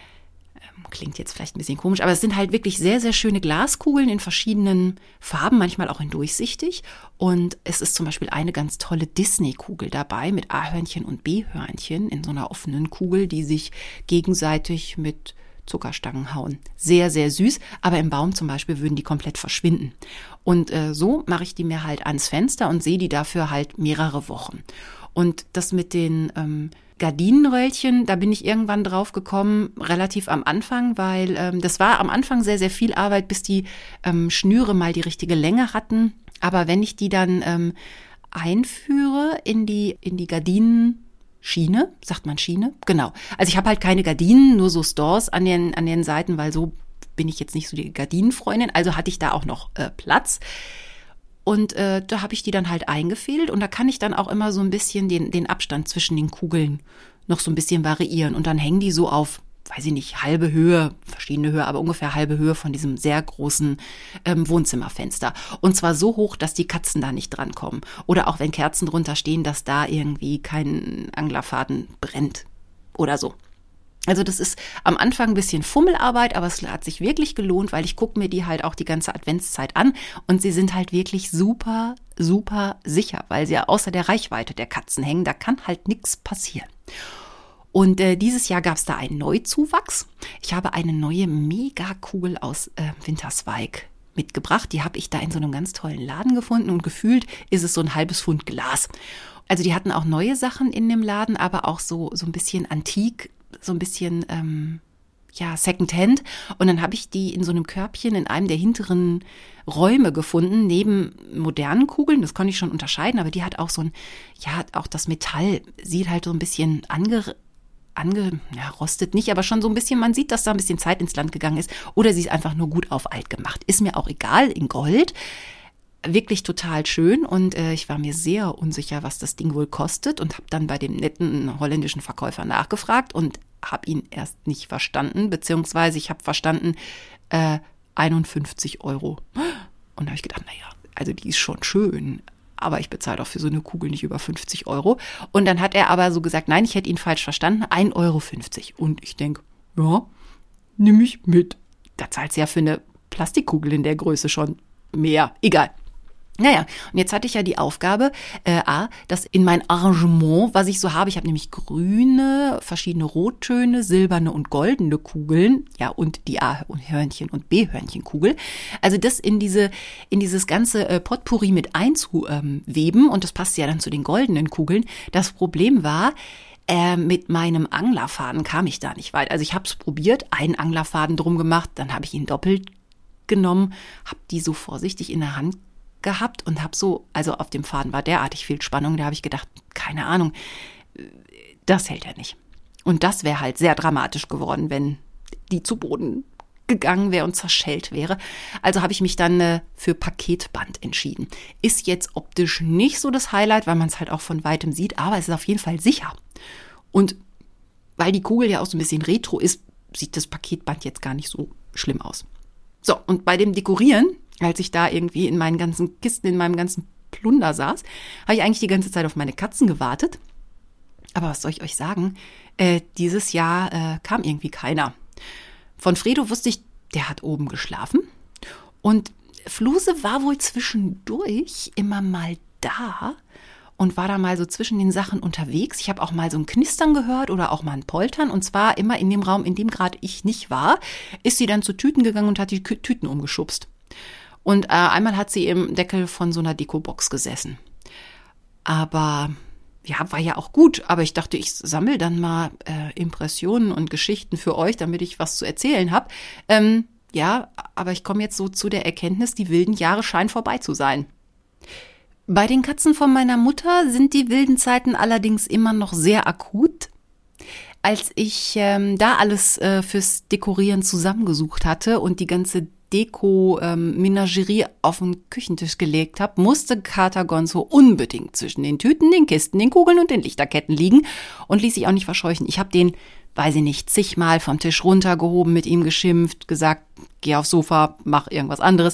Klingt jetzt vielleicht ein bisschen komisch, aber es sind halt wirklich sehr, sehr schöne Glaskugeln in verschiedenen Farben, manchmal auch in durchsichtig. Und es ist zum Beispiel eine ganz tolle Disney-Kugel dabei mit A-Hörnchen und B-Hörnchen in so einer offenen Kugel, die sich gegenseitig mit Zuckerstangen hauen. Sehr, sehr süß, aber im Baum zum Beispiel würden die komplett verschwinden. Und so mache ich die mir halt ans Fenster und sehe die dafür halt mehrere Wochen. Und das mit den Gardinenröllchen, da bin ich irgendwann drauf gekommen, relativ am Anfang, weil das war am Anfang sehr, sehr viel Arbeit, bis die Schnüre mal die richtige Länge hatten. Aber wenn ich die dann einführe in die Gardinenschiene, sagt man Schiene? Genau. Also ich habe halt keine Gardinen, nur so Stores an den Seiten, weil so bin ich jetzt nicht so die Gardinenfreundin. Also hatte ich da auch noch Platz. Und da habe ich die dann halt eingefädelt und da kann ich dann auch immer so ein bisschen den Abstand zwischen den Kugeln noch so ein bisschen variieren. Und dann hängen die so auf, weiß ich nicht, halbe Höhe, verschiedene Höhe, aber ungefähr halbe Höhe von diesem sehr großen Wohnzimmerfenster. Und zwar so hoch, dass die Katzen da nicht drankommen. Oder auch wenn Kerzen drunter stehen, dass da irgendwie kein Anglerfaden brennt oder so. Also das ist am Anfang ein bisschen Fummelarbeit, aber es hat sich wirklich gelohnt, weil ich gucke mir die halt auch die ganze Adventszeit an und sie sind halt wirklich super, super sicher, weil sie ja außer der Reichweite der Katzen hängen, da kann halt nichts passieren. Und dieses Jahr gab es da einen Neuzuwachs. Ich habe eine neue Megakugel aus Winterswijk mitgebracht. Die habe ich da in so einem ganz tollen Laden gefunden und gefühlt ist es so ein halbes Pfund Glas. Also die hatten auch neue Sachen in dem Laden, aber auch so ein bisschen antik, so ein bisschen Secondhand. Und dann habe ich die in so einem Körbchen in einem der hinteren Räume gefunden, neben modernen Kugeln. Das konnte ich schon unterscheiden, aber die hat auch auch das Metall sieht halt so ein bisschen rostet nicht, aber schon so ein bisschen, man sieht, dass da ein bisschen Zeit ins Land gegangen ist. Oder sie ist einfach nur gut auf alt gemacht. Ist mir auch egal, in Gold. Wirklich total schön und ich war mir sehr unsicher, was das Ding wohl kostet und habe dann bei dem netten holländischen Verkäufer nachgefragt und habe ihn erst nicht verstanden, beziehungsweise ich habe verstanden 51 €. Und da habe ich gedacht, naja, also die ist schon schön, aber ich bezahle doch für so eine Kugel nicht über 50 €. Und dann hat er aber so gesagt, nein, ich hätte ihn falsch verstanden, 1,50 €. Und ich denke, ja, nehme ich mit. Da zahlst du ja für eine Plastikkugel in der Größe schon mehr. Egal. Naja, und jetzt hatte ich ja die Aufgabe, dass in mein Arrangement, was ich so habe, ich habe nämlich grüne, verschiedene Rottöne, silberne und goldene Kugeln, ja, und die A-Hörnchen und B-Hörnchenkugel, also das in dieses ganze Potpourri mit einzuweben, und das passt ja dann zu den goldenen Kugeln. Das Problem war, mit meinem Anglerfaden kam ich da nicht weit. Also ich habe es probiert, einen Anglerfaden drum gemacht, dann habe ich ihn doppelt genommen, habe die so vorsichtig in der Hand gehabt und habe so, also auf dem Faden war derartig viel Spannung, da habe ich gedacht, keine Ahnung, das hält er nicht. Und das wäre halt sehr dramatisch geworden, wenn die zu Boden gegangen wäre und zerschellt wäre. Also habe ich mich dann für Paketband entschieden. Ist jetzt optisch nicht so das Highlight, weil man es halt auch von weitem sieht, aber es ist auf jeden Fall sicher. Und weil die Kugel ja auch so ein bisschen retro ist, sieht das Paketband jetzt gar nicht so schlimm aus. So, und bei dem Dekorieren, als ich da irgendwie in meinen ganzen Kisten, in meinem ganzen Plunder saß, habe ich eigentlich die ganze Zeit auf meine Katzen gewartet. Aber was soll ich euch sagen? Dieses Jahr kam irgendwie keiner. Von Fredo wusste ich, der hat oben geschlafen. Und Fluse war wohl zwischendurch immer mal da und war da mal so zwischen den Sachen unterwegs. Ich habe auch mal so ein Knistern gehört oder auch mal ein Poltern. Und zwar immer in dem Raum, in dem gerade ich nicht war, ist sie dann zu Tüten gegangen und hat die Tüten umgeschubst. Und einmal hat sie im Deckel von so einer Dekobox gesessen. Aber ja, war ja auch gut. Aber ich dachte, ich sammle dann mal Impressionen und Geschichten für euch, damit ich was zu erzählen habe. Ja, aber ich komme jetzt so zu der Erkenntnis, die wilden Jahre scheinen vorbei zu sein. Bei den Katzen von meiner Mutter sind die wilden Zeiten allerdings immer noch sehr akut. Als ich da alles fürs Dekorieren zusammengesucht hatte und die ganze Deko-Menagerie auf den Küchentisch gelegt habe, musste Kater Gonzo unbedingt zwischen den Tüten, den Kisten, den Kugeln und den Lichterketten liegen und ließ sich auch nicht verscheuchen. Ich habe den, weiß ich nicht, zigmal vom Tisch runtergehoben, mit ihm geschimpft, gesagt, geh aufs Sofa, mach irgendwas anderes.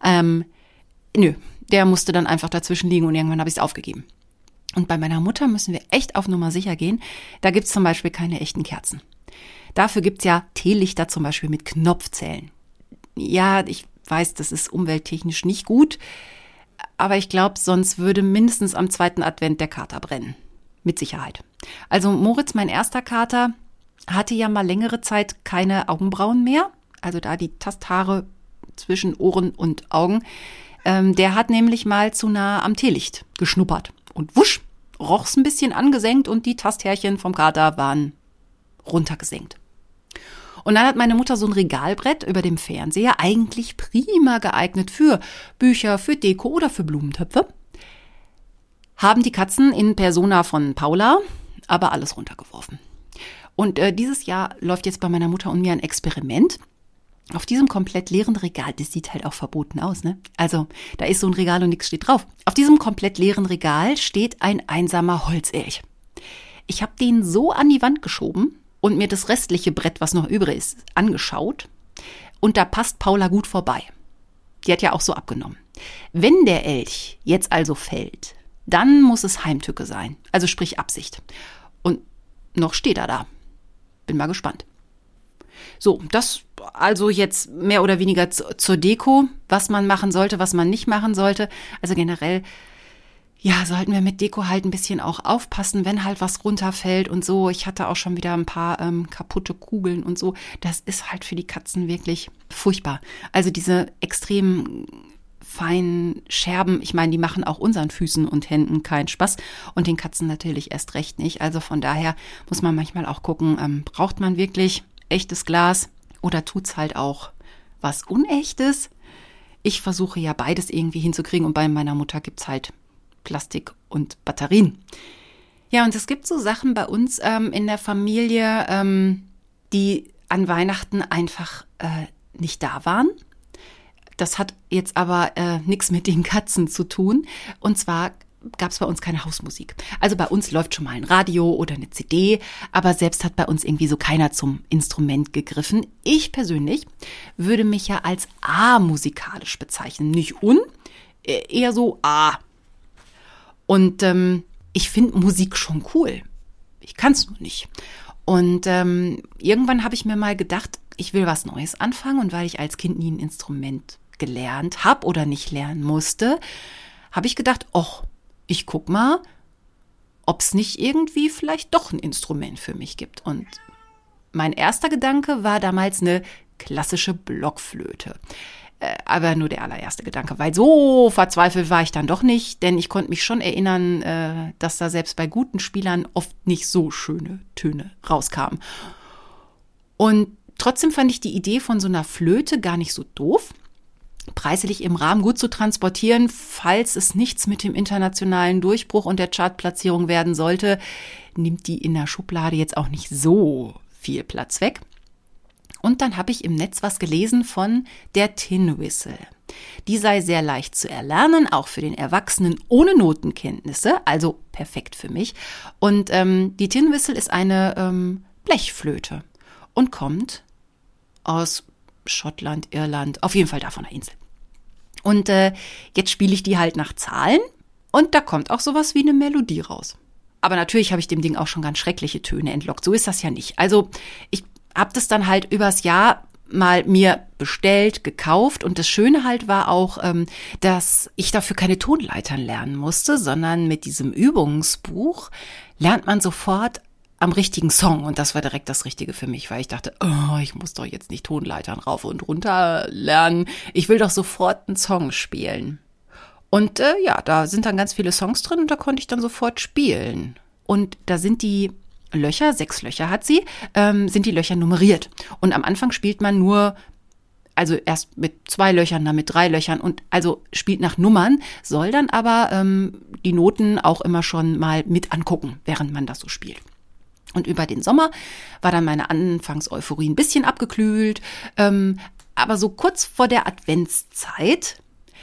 Nö, der musste dann einfach dazwischen liegen und irgendwann habe ich es aufgegeben. Und bei meiner Mutter müssen wir echt auf Nummer sicher gehen. Da gibt es zum Beispiel keine echten Kerzen. Dafür gibt es ja Teelichter zum Beispiel mit Knopfzellen. Ja, ich weiß, das ist umwelttechnisch nicht gut, aber ich glaube, sonst würde mindestens am 2. Advent der Kater brennen. Mit Sicherheit. Also Moritz, mein erster Kater, hatte ja mal längere Zeit keine Augenbrauen mehr. Also da die Tasthaare zwischen Ohren und Augen. Der hat nämlich mal zu nah am Teelicht geschnuppert. Und wusch, roch's ein bisschen angesenkt und die Tasthärchen vom Kater waren runtergesenkt. Und dann hat meine Mutter so ein Regalbrett über dem Fernseher, eigentlich prima geeignet für Bücher, für Deko oder für Blumentöpfe. Haben die Katzen in Persona von Paula aber alles runtergeworfen. Und dieses Jahr läuft jetzt bei meiner Mutter und mir ein Experiment. Auf diesem komplett leeren Regal, das sieht halt auch verboten aus, ne? Also, da ist so ein Regal und nichts steht drauf. Auf diesem komplett leeren Regal steht ein einsamer Holzelch. Ich habe den so an die Wand geschoben und mir das restliche Brett, was noch übrig ist, angeschaut. Und da passt Paula gut vorbei. Die hat ja auch so abgenommen. Wenn der Elch jetzt also fällt, dann muss es Heimtücke sein. Also sprich Absicht. Und noch steht er da. Bin mal gespannt. So, das also jetzt mehr oder weniger zur Deko, was man machen sollte, was man nicht machen sollte. Also generell, ja, sollten wir mit Deko halt ein bisschen auch aufpassen, wenn halt was runterfällt und so. Ich hatte auch schon wieder ein paar kaputte Kugeln und so. Das ist halt für die Katzen wirklich furchtbar. Also diese extrem feinen Scherben, ich meine, die machen auch unseren Füßen und Händen keinen Spaß und den Katzen natürlich erst recht nicht. Also von daher muss man manchmal auch gucken, braucht man wirklich echtes Glas oder tut's halt auch was Unechtes? Ich versuche ja beides irgendwie hinzukriegen und bei meiner Mutter gibt's halt Plastik und Batterien. Ja, und es gibt so Sachen bei uns in der Familie, die an Weihnachten einfach nicht da waren. Das hat jetzt aber nichts mit den Katzen zu tun. Und zwar gab es bei uns keine Hausmusik. Also bei uns läuft schon mal ein Radio oder eine CD, aber selbst hat bei uns irgendwie so keiner zum Instrument gegriffen. Ich persönlich würde mich ja als A-musikalisch bezeichnen. Nicht eher so A. Und ich finde Musik schon cool. Ich kann es nur nicht. Und irgendwann habe ich mir mal gedacht, ich will was Neues anfangen. Und weil ich als Kind nie ein Instrument gelernt habe oder nicht lernen musste, habe ich gedacht, ich guck mal, ob es nicht irgendwie vielleicht doch ein Instrument für mich gibt. Und mein erster Gedanke war damals eine klassische Blockflöte. Aber nur der allererste Gedanke, weil so verzweifelt war ich dann doch nicht, denn ich konnte mich schon erinnern, dass da selbst bei guten Spielern oft nicht so schöne Töne rauskamen. Und trotzdem fand ich die Idee von so einer Flöte gar nicht so doof. preislich im Rahmen gut zu transportieren, falls es nichts mit dem internationalen Durchbruch und der Chartplatzierung werden sollte, nimmt die in der Schublade jetzt auch nicht so viel Platz weg. Und dann habe ich im Netz was gelesen von der Tin Whistle. Die sei sehr leicht zu erlernen, auch für den Erwachsenen ohne Notenkenntnisse, also perfekt für mich. Und die Tin Whistle ist eine Blechflöte und kommt aus Schottland, Irland, auf jeden Fall da von der Insel. Und jetzt spiele ich die halt nach Zahlen und da kommt auch sowas wie eine Melodie raus. Aber natürlich habe ich dem Ding auch schon ganz schreckliche Töne entlockt. So ist das ja nicht. Also ich habe das dann halt übers Jahr mal mir bestellt, gekauft und das Schöne halt war auch, dass ich dafür keine Tonleitern lernen musste, sondern mit diesem Übungsbuch lernt man sofort am richtigen Song und das war direkt das Richtige für mich, weil ich dachte, oh, ich muss doch jetzt nicht Tonleitern rauf und runter lernen, ich will doch sofort einen Song spielen. Und ja, da sind dann ganz viele Songs drin und da konnte ich dann sofort spielen. Und da sind die Löcher, 6 Löcher hat sie, sind die Löcher nummeriert. Und am Anfang spielt man nur, also erst mit 2 Löchern, dann mit 3 Löchern und also spielt nach Nummern, soll dann aber die Noten auch immer schon mal mit angucken, während man das so spielt. Und über den Sommer war dann meine Anfangseuphorie ein bisschen abgekühlt, aber so kurz vor der Adventszeit,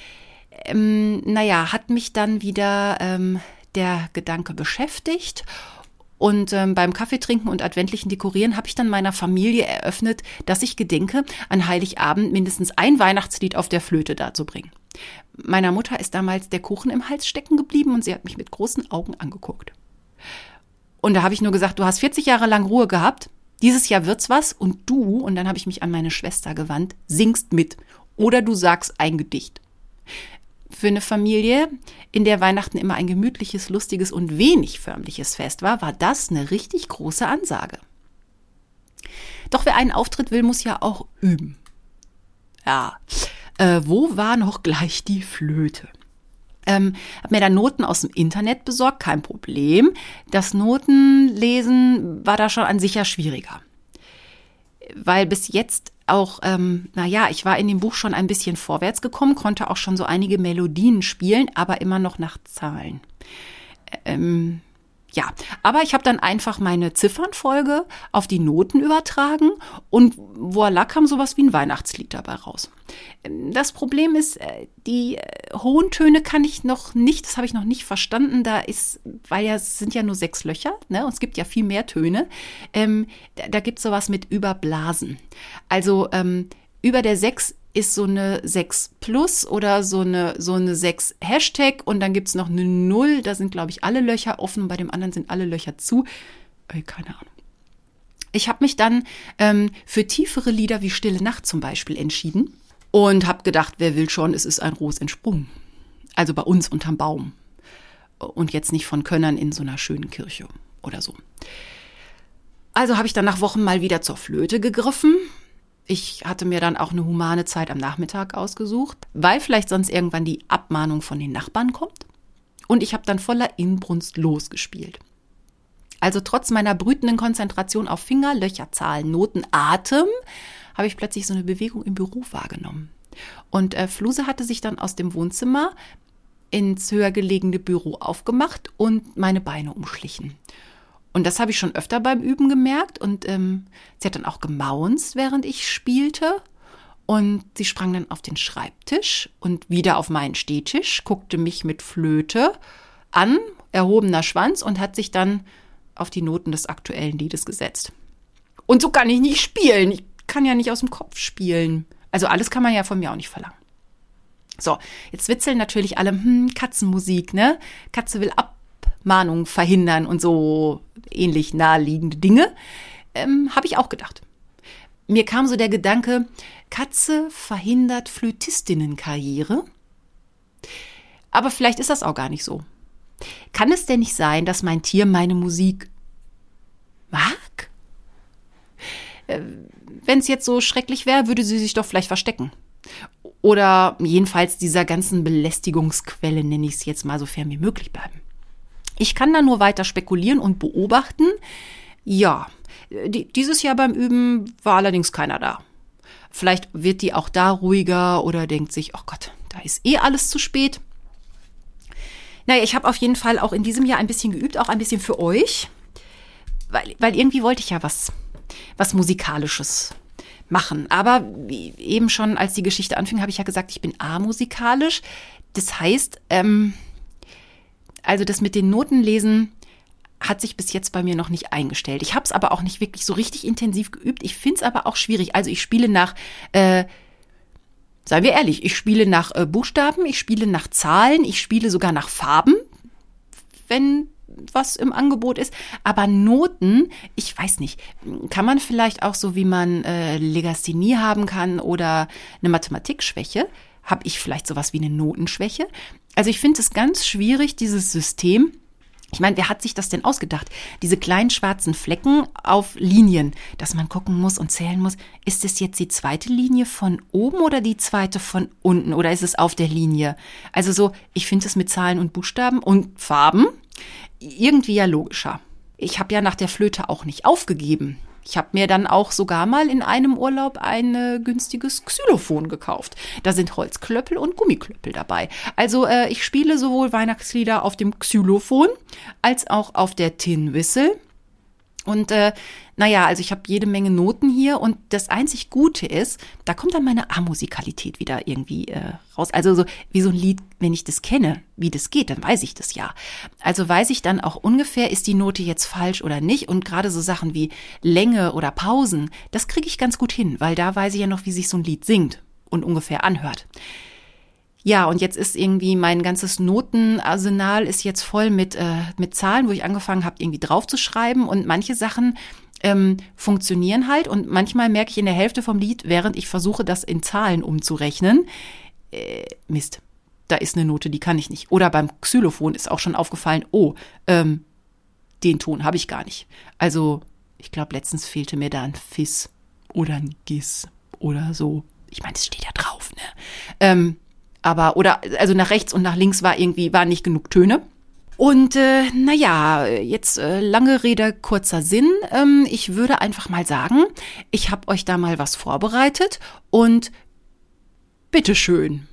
hat mich dann wieder der Gedanke beschäftigt. Und beim Kaffeetrinken und adventlichen Dekorieren habe ich dann meiner Familie eröffnet, dass ich gedenke, an Heiligabend mindestens ein Weihnachtslied auf der Flöte darzubringen. Meiner Mutter ist damals der Kuchen im Hals stecken geblieben und sie hat mich mit großen Augen angeguckt. Und da habe ich nur gesagt, du hast 40 Jahre lang Ruhe gehabt, dieses Jahr wird's was und du, und dann habe ich mich an meine Schwester gewandt, singst mit oder du sagst ein Gedicht. Für eine Familie, in der Weihnachten immer ein gemütliches, lustiges und wenig förmliches Fest war, war das eine richtig große Ansage. Doch wer einen Auftritt will, muss ja auch üben. Ja, wo war noch gleich die Flöte? Hab mir dann Noten aus dem Internet besorgt, kein Problem. Das Notenlesen war da schon an sich ja schwieriger. Weil bis jetzt auch, ich war in dem Buch schon ein bisschen vorwärts gekommen, konnte auch schon so einige Melodien spielen, aber immer noch nach Zahlen. Aber ich habe dann einfach meine Ziffernfolge auf die Noten übertragen und voilà, kam sowas wie ein Weihnachtslied dabei raus. Das Problem ist, die hohen Töne kann ich noch nicht, das habe ich noch nicht verstanden, weil es sind ja nur 6 Löcher, ne, und es gibt ja viel mehr Töne, da gibt es sowas mit Überblasen. Also über der 6 ist so eine 6 plus oder so eine 6 Hashtag und dann gibt's noch eine 0, da sind, glaube ich, alle Löcher offen, bei dem anderen sind alle Löcher zu. Keine Ahnung. Ich habe mich dann für tiefere Lieder wie Stille Nacht zum Beispiel entschieden und habe gedacht, wer will schon, es ist ein Ros entsprungen. Also bei uns unterm Baum und jetzt nicht von Könnern in so einer schönen Kirche oder so. Also habe ich dann nach Wochen mal wieder zur Flöte gegriffen. Ich hatte mir dann auch eine humane Zeit am Nachmittag ausgesucht, weil vielleicht sonst irgendwann die Abmahnung von den Nachbarn kommt. Und ich habe dann voller Inbrunst losgespielt. Also trotz meiner brütenden Konzentration auf Finger, Löcher, Zahlen, Noten, Atem, habe ich plötzlich so eine Bewegung im Büro wahrgenommen. Und Fluse hatte sich dann aus dem Wohnzimmer ins höher gelegene Büro aufgemacht und meine Beine umschlichen. Und das habe ich schon öfter beim Üben gemerkt und sie hat dann auch gemaunzt, während ich spielte und sie sprang dann auf den Schreibtisch und wieder auf meinen Stehtisch, guckte mich mit Flöte an, erhobener Schwanz und hat sich dann auf die Noten des aktuellen Liedes gesetzt. Und so kann ich nicht spielen, ich kann ja nicht aus dem Kopf spielen. Also alles kann man ja von mir auch nicht verlangen. So, jetzt witzeln natürlich alle, Katzenmusik, ne? Katze will Abmahnung verhindern und so ähnlich naheliegende Dinge, habe ich auch gedacht. Mir kam so der Gedanke, Katze verhindert Flötistinnenkarriere. Aber vielleicht ist das auch gar nicht so. Kann es denn nicht sein, dass mein Tier meine Musik mag? Wenn es jetzt so schrecklich wäre, würde sie sich doch vielleicht verstecken. Oder jedenfalls dieser ganzen Belästigungsquelle, nenne ich es jetzt mal, so fern wie möglich bleiben. Ich kann da nur weiter spekulieren und beobachten. Ja, dieses Jahr beim Üben war allerdings keiner da. Vielleicht wird die auch da ruhiger oder denkt sich, oh Gott, da ist eh alles zu spät. Naja, ich habe auf jeden Fall auch in diesem Jahr ein bisschen geübt, auch ein bisschen für euch, weil irgendwie wollte ich ja was Musikalisches machen. Aber wie eben schon, als die Geschichte anfing, habe ich ja gesagt, ich bin amusikalisch. Das heißt, also das mit den Notenlesen hat sich bis jetzt bei mir noch nicht eingestellt. Ich habe es aber auch nicht wirklich so richtig intensiv geübt. Ich finde es aber auch schwierig. Also ich spiele nach, seien wir ehrlich, ich spiele nach Buchstaben, ich spiele nach Zahlen, ich spiele sogar nach Farben, wenn was im Angebot ist. Aber Noten, ich weiß nicht, kann man vielleicht auch so, wie man Legasthenie haben kann oder eine Mathematikschwäche, habe ich vielleicht sowas wie eine Notenschwäche? Also ich finde es ganz schwierig, dieses System. Ich meine, wer hat sich das denn ausgedacht? Diese kleinen schwarzen Flecken auf Linien, dass man gucken muss und zählen muss, ist es jetzt die zweite Linie von oben oder die zweite von unten oder ist es auf der Linie? Also so, ich finde es mit Zahlen und Buchstaben und Farben irgendwie ja logischer. Ich habe ja nach der Flöte auch nicht aufgegeben. Ich habe mir dann auch sogar mal in einem Urlaub ein günstiges Xylophon gekauft. Da sind Holzklöppel und Gummiklöppel dabei. Also ich spiele sowohl Weihnachtslieder auf dem Xylophon als auch auf der Tin Whistle. Und also ich habe jede Menge Noten hier und das einzig Gute ist, da kommt dann meine Amusikalität wieder irgendwie raus. Also so wie so ein Lied, wenn ich das kenne, wie das geht, dann weiß ich das ja. Also weiß ich dann auch ungefähr, ist die Note jetzt falsch oder nicht. Und gerade so Sachen wie Länge oder Pausen, das kriege ich ganz gut hin, weil da weiß ich ja noch, wie sich so ein Lied singt und ungefähr anhört. Ja, und jetzt ist irgendwie mein ganzes Notenarsenal ist jetzt voll mit Zahlen, wo ich angefangen habe, irgendwie drauf zu schreiben. Und manche Sachen funktionieren halt. Und manchmal merke ich in der Hälfte vom Lied, während ich versuche, das in Zahlen umzurechnen, Mist, da ist eine Note, die kann ich nicht. Oder beim Xylophon ist auch schon aufgefallen, den Ton habe ich gar nicht. Also ich glaube, letztens fehlte mir da ein Fis oder ein Gis oder so. Ich meine, es steht ja drauf, ne? Also nach rechts und nach links waren nicht genug Töne. Und jetzt lange Rede, kurzer Sinn. Ich würde einfach mal sagen, ich habe euch da mal was vorbereitet und bitteschön.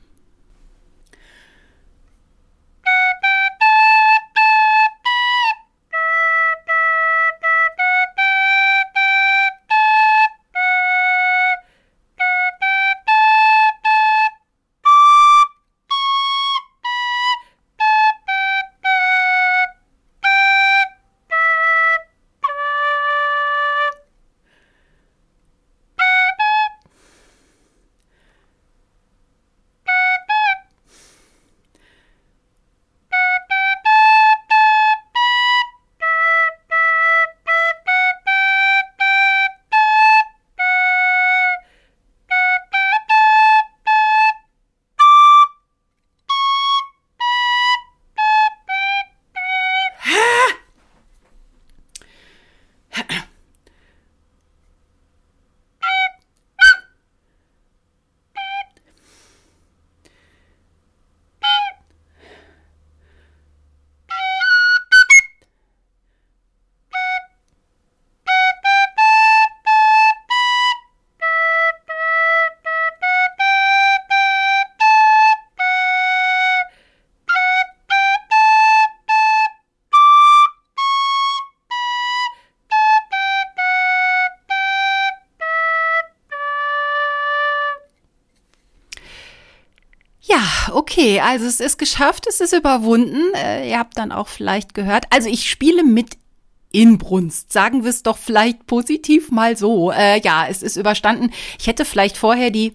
Okay, also es ist geschafft, es ist überwunden. Ihr habt dann auch vielleicht gehört. Also ich spiele mit Inbrunst. Sagen wir es doch vielleicht positiv mal so. Es ist überstanden. Ich hätte vielleicht vorher die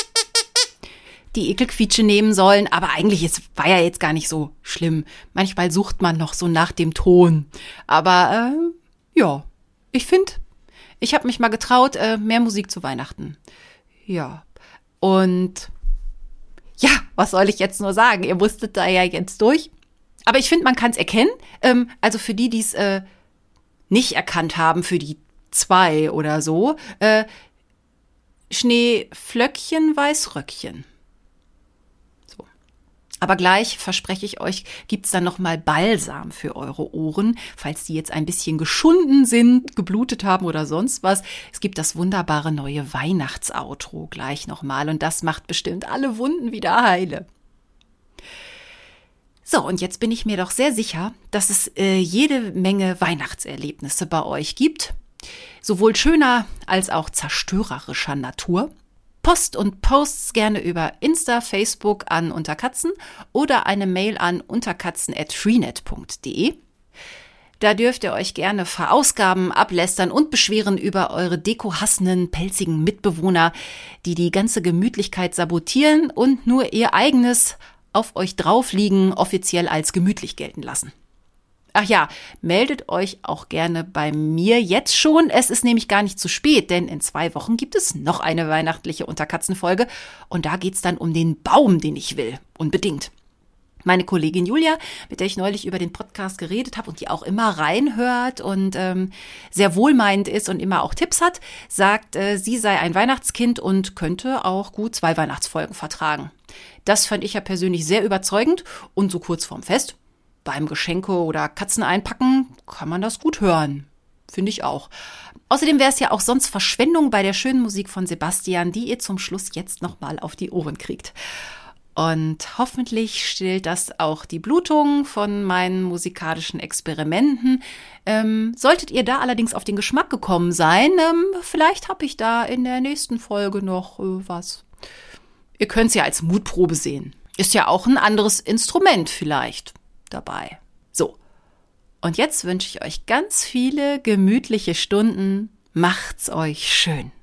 Ekelquietsche nehmen sollen, aber eigentlich war ja jetzt gar nicht so schlimm. Manchmal sucht man noch so nach dem Ton. Aber ich finde, ich habe mich mal getraut, mehr Musik zu Weihnachten. Ja, und ja, was soll ich jetzt nur sagen? Ihr musstet da ja jetzt durch. Aber ich finde, man kann es erkennen. Also für die es nicht erkannt haben, für die 2 oder so. Schneeflöckchen, Weißröckchen. So. Aber gleich, verspreche ich euch, gibt's dann nochmal Balsam für eure Ohren, falls die jetzt ein bisschen geschunden sind, geblutet haben oder sonst was. Es gibt das wunderbare neue Weihnachtsoutro gleich nochmal und das macht bestimmt alle Wunden wieder heile. So, und jetzt bin ich mir doch sehr sicher, dass es jede Menge Weihnachtserlebnisse bei euch gibt, sowohl schöner als auch zerstörerischer Natur. Post und Posts gerne über Insta, Facebook an Unterkatzen oder eine Mail an unterkatzen@freenet.de. Da dürft ihr euch gerne verausgaben, ablästern und beschweren über eure dekohassenden, pelzigen Mitbewohner, die die ganze Gemütlichkeit sabotieren und nur ihr eigenes auf euch draufliegen offiziell als gemütlich gelten lassen. Ach ja, meldet euch auch gerne bei mir jetzt schon. Es ist nämlich gar nicht zu spät, denn in 2 Wochen gibt es noch eine weihnachtliche Unterkatzenfolge und da geht's dann um den Baum, den ich will. Unbedingt. Meine Kollegin Julia, mit der ich neulich über den Podcast geredet habe und die auch immer reinhört und sehr wohlmeinend ist und immer auch Tipps hat, sagt, sie sei ein Weihnachtskind und könnte auch gut 2 Weihnachtsfolgen vertragen. Das fand ich ja persönlich sehr überzeugend und so kurz vorm Fest. Beim Geschenke oder Katzen einpacken kann man das gut hören. Finde ich auch. Außerdem wäre es ja auch sonst Verschwendung bei der schönen Musik von Sebastian, die ihr zum Schluss jetzt nochmal auf die Ohren kriegt. Und hoffentlich stillt das auch die Blutung von meinen musikalischen Experimenten. Solltet ihr da allerdings auf den Geschmack gekommen sein, vielleicht habe ich da in der nächsten Folge noch was. Ihr könnt es ja als Mutprobe sehen. Ist ja auch ein anderes Instrument vielleicht dabei. So, und jetzt wünsche ich euch ganz viele gemütliche Stunden. Macht's euch schön.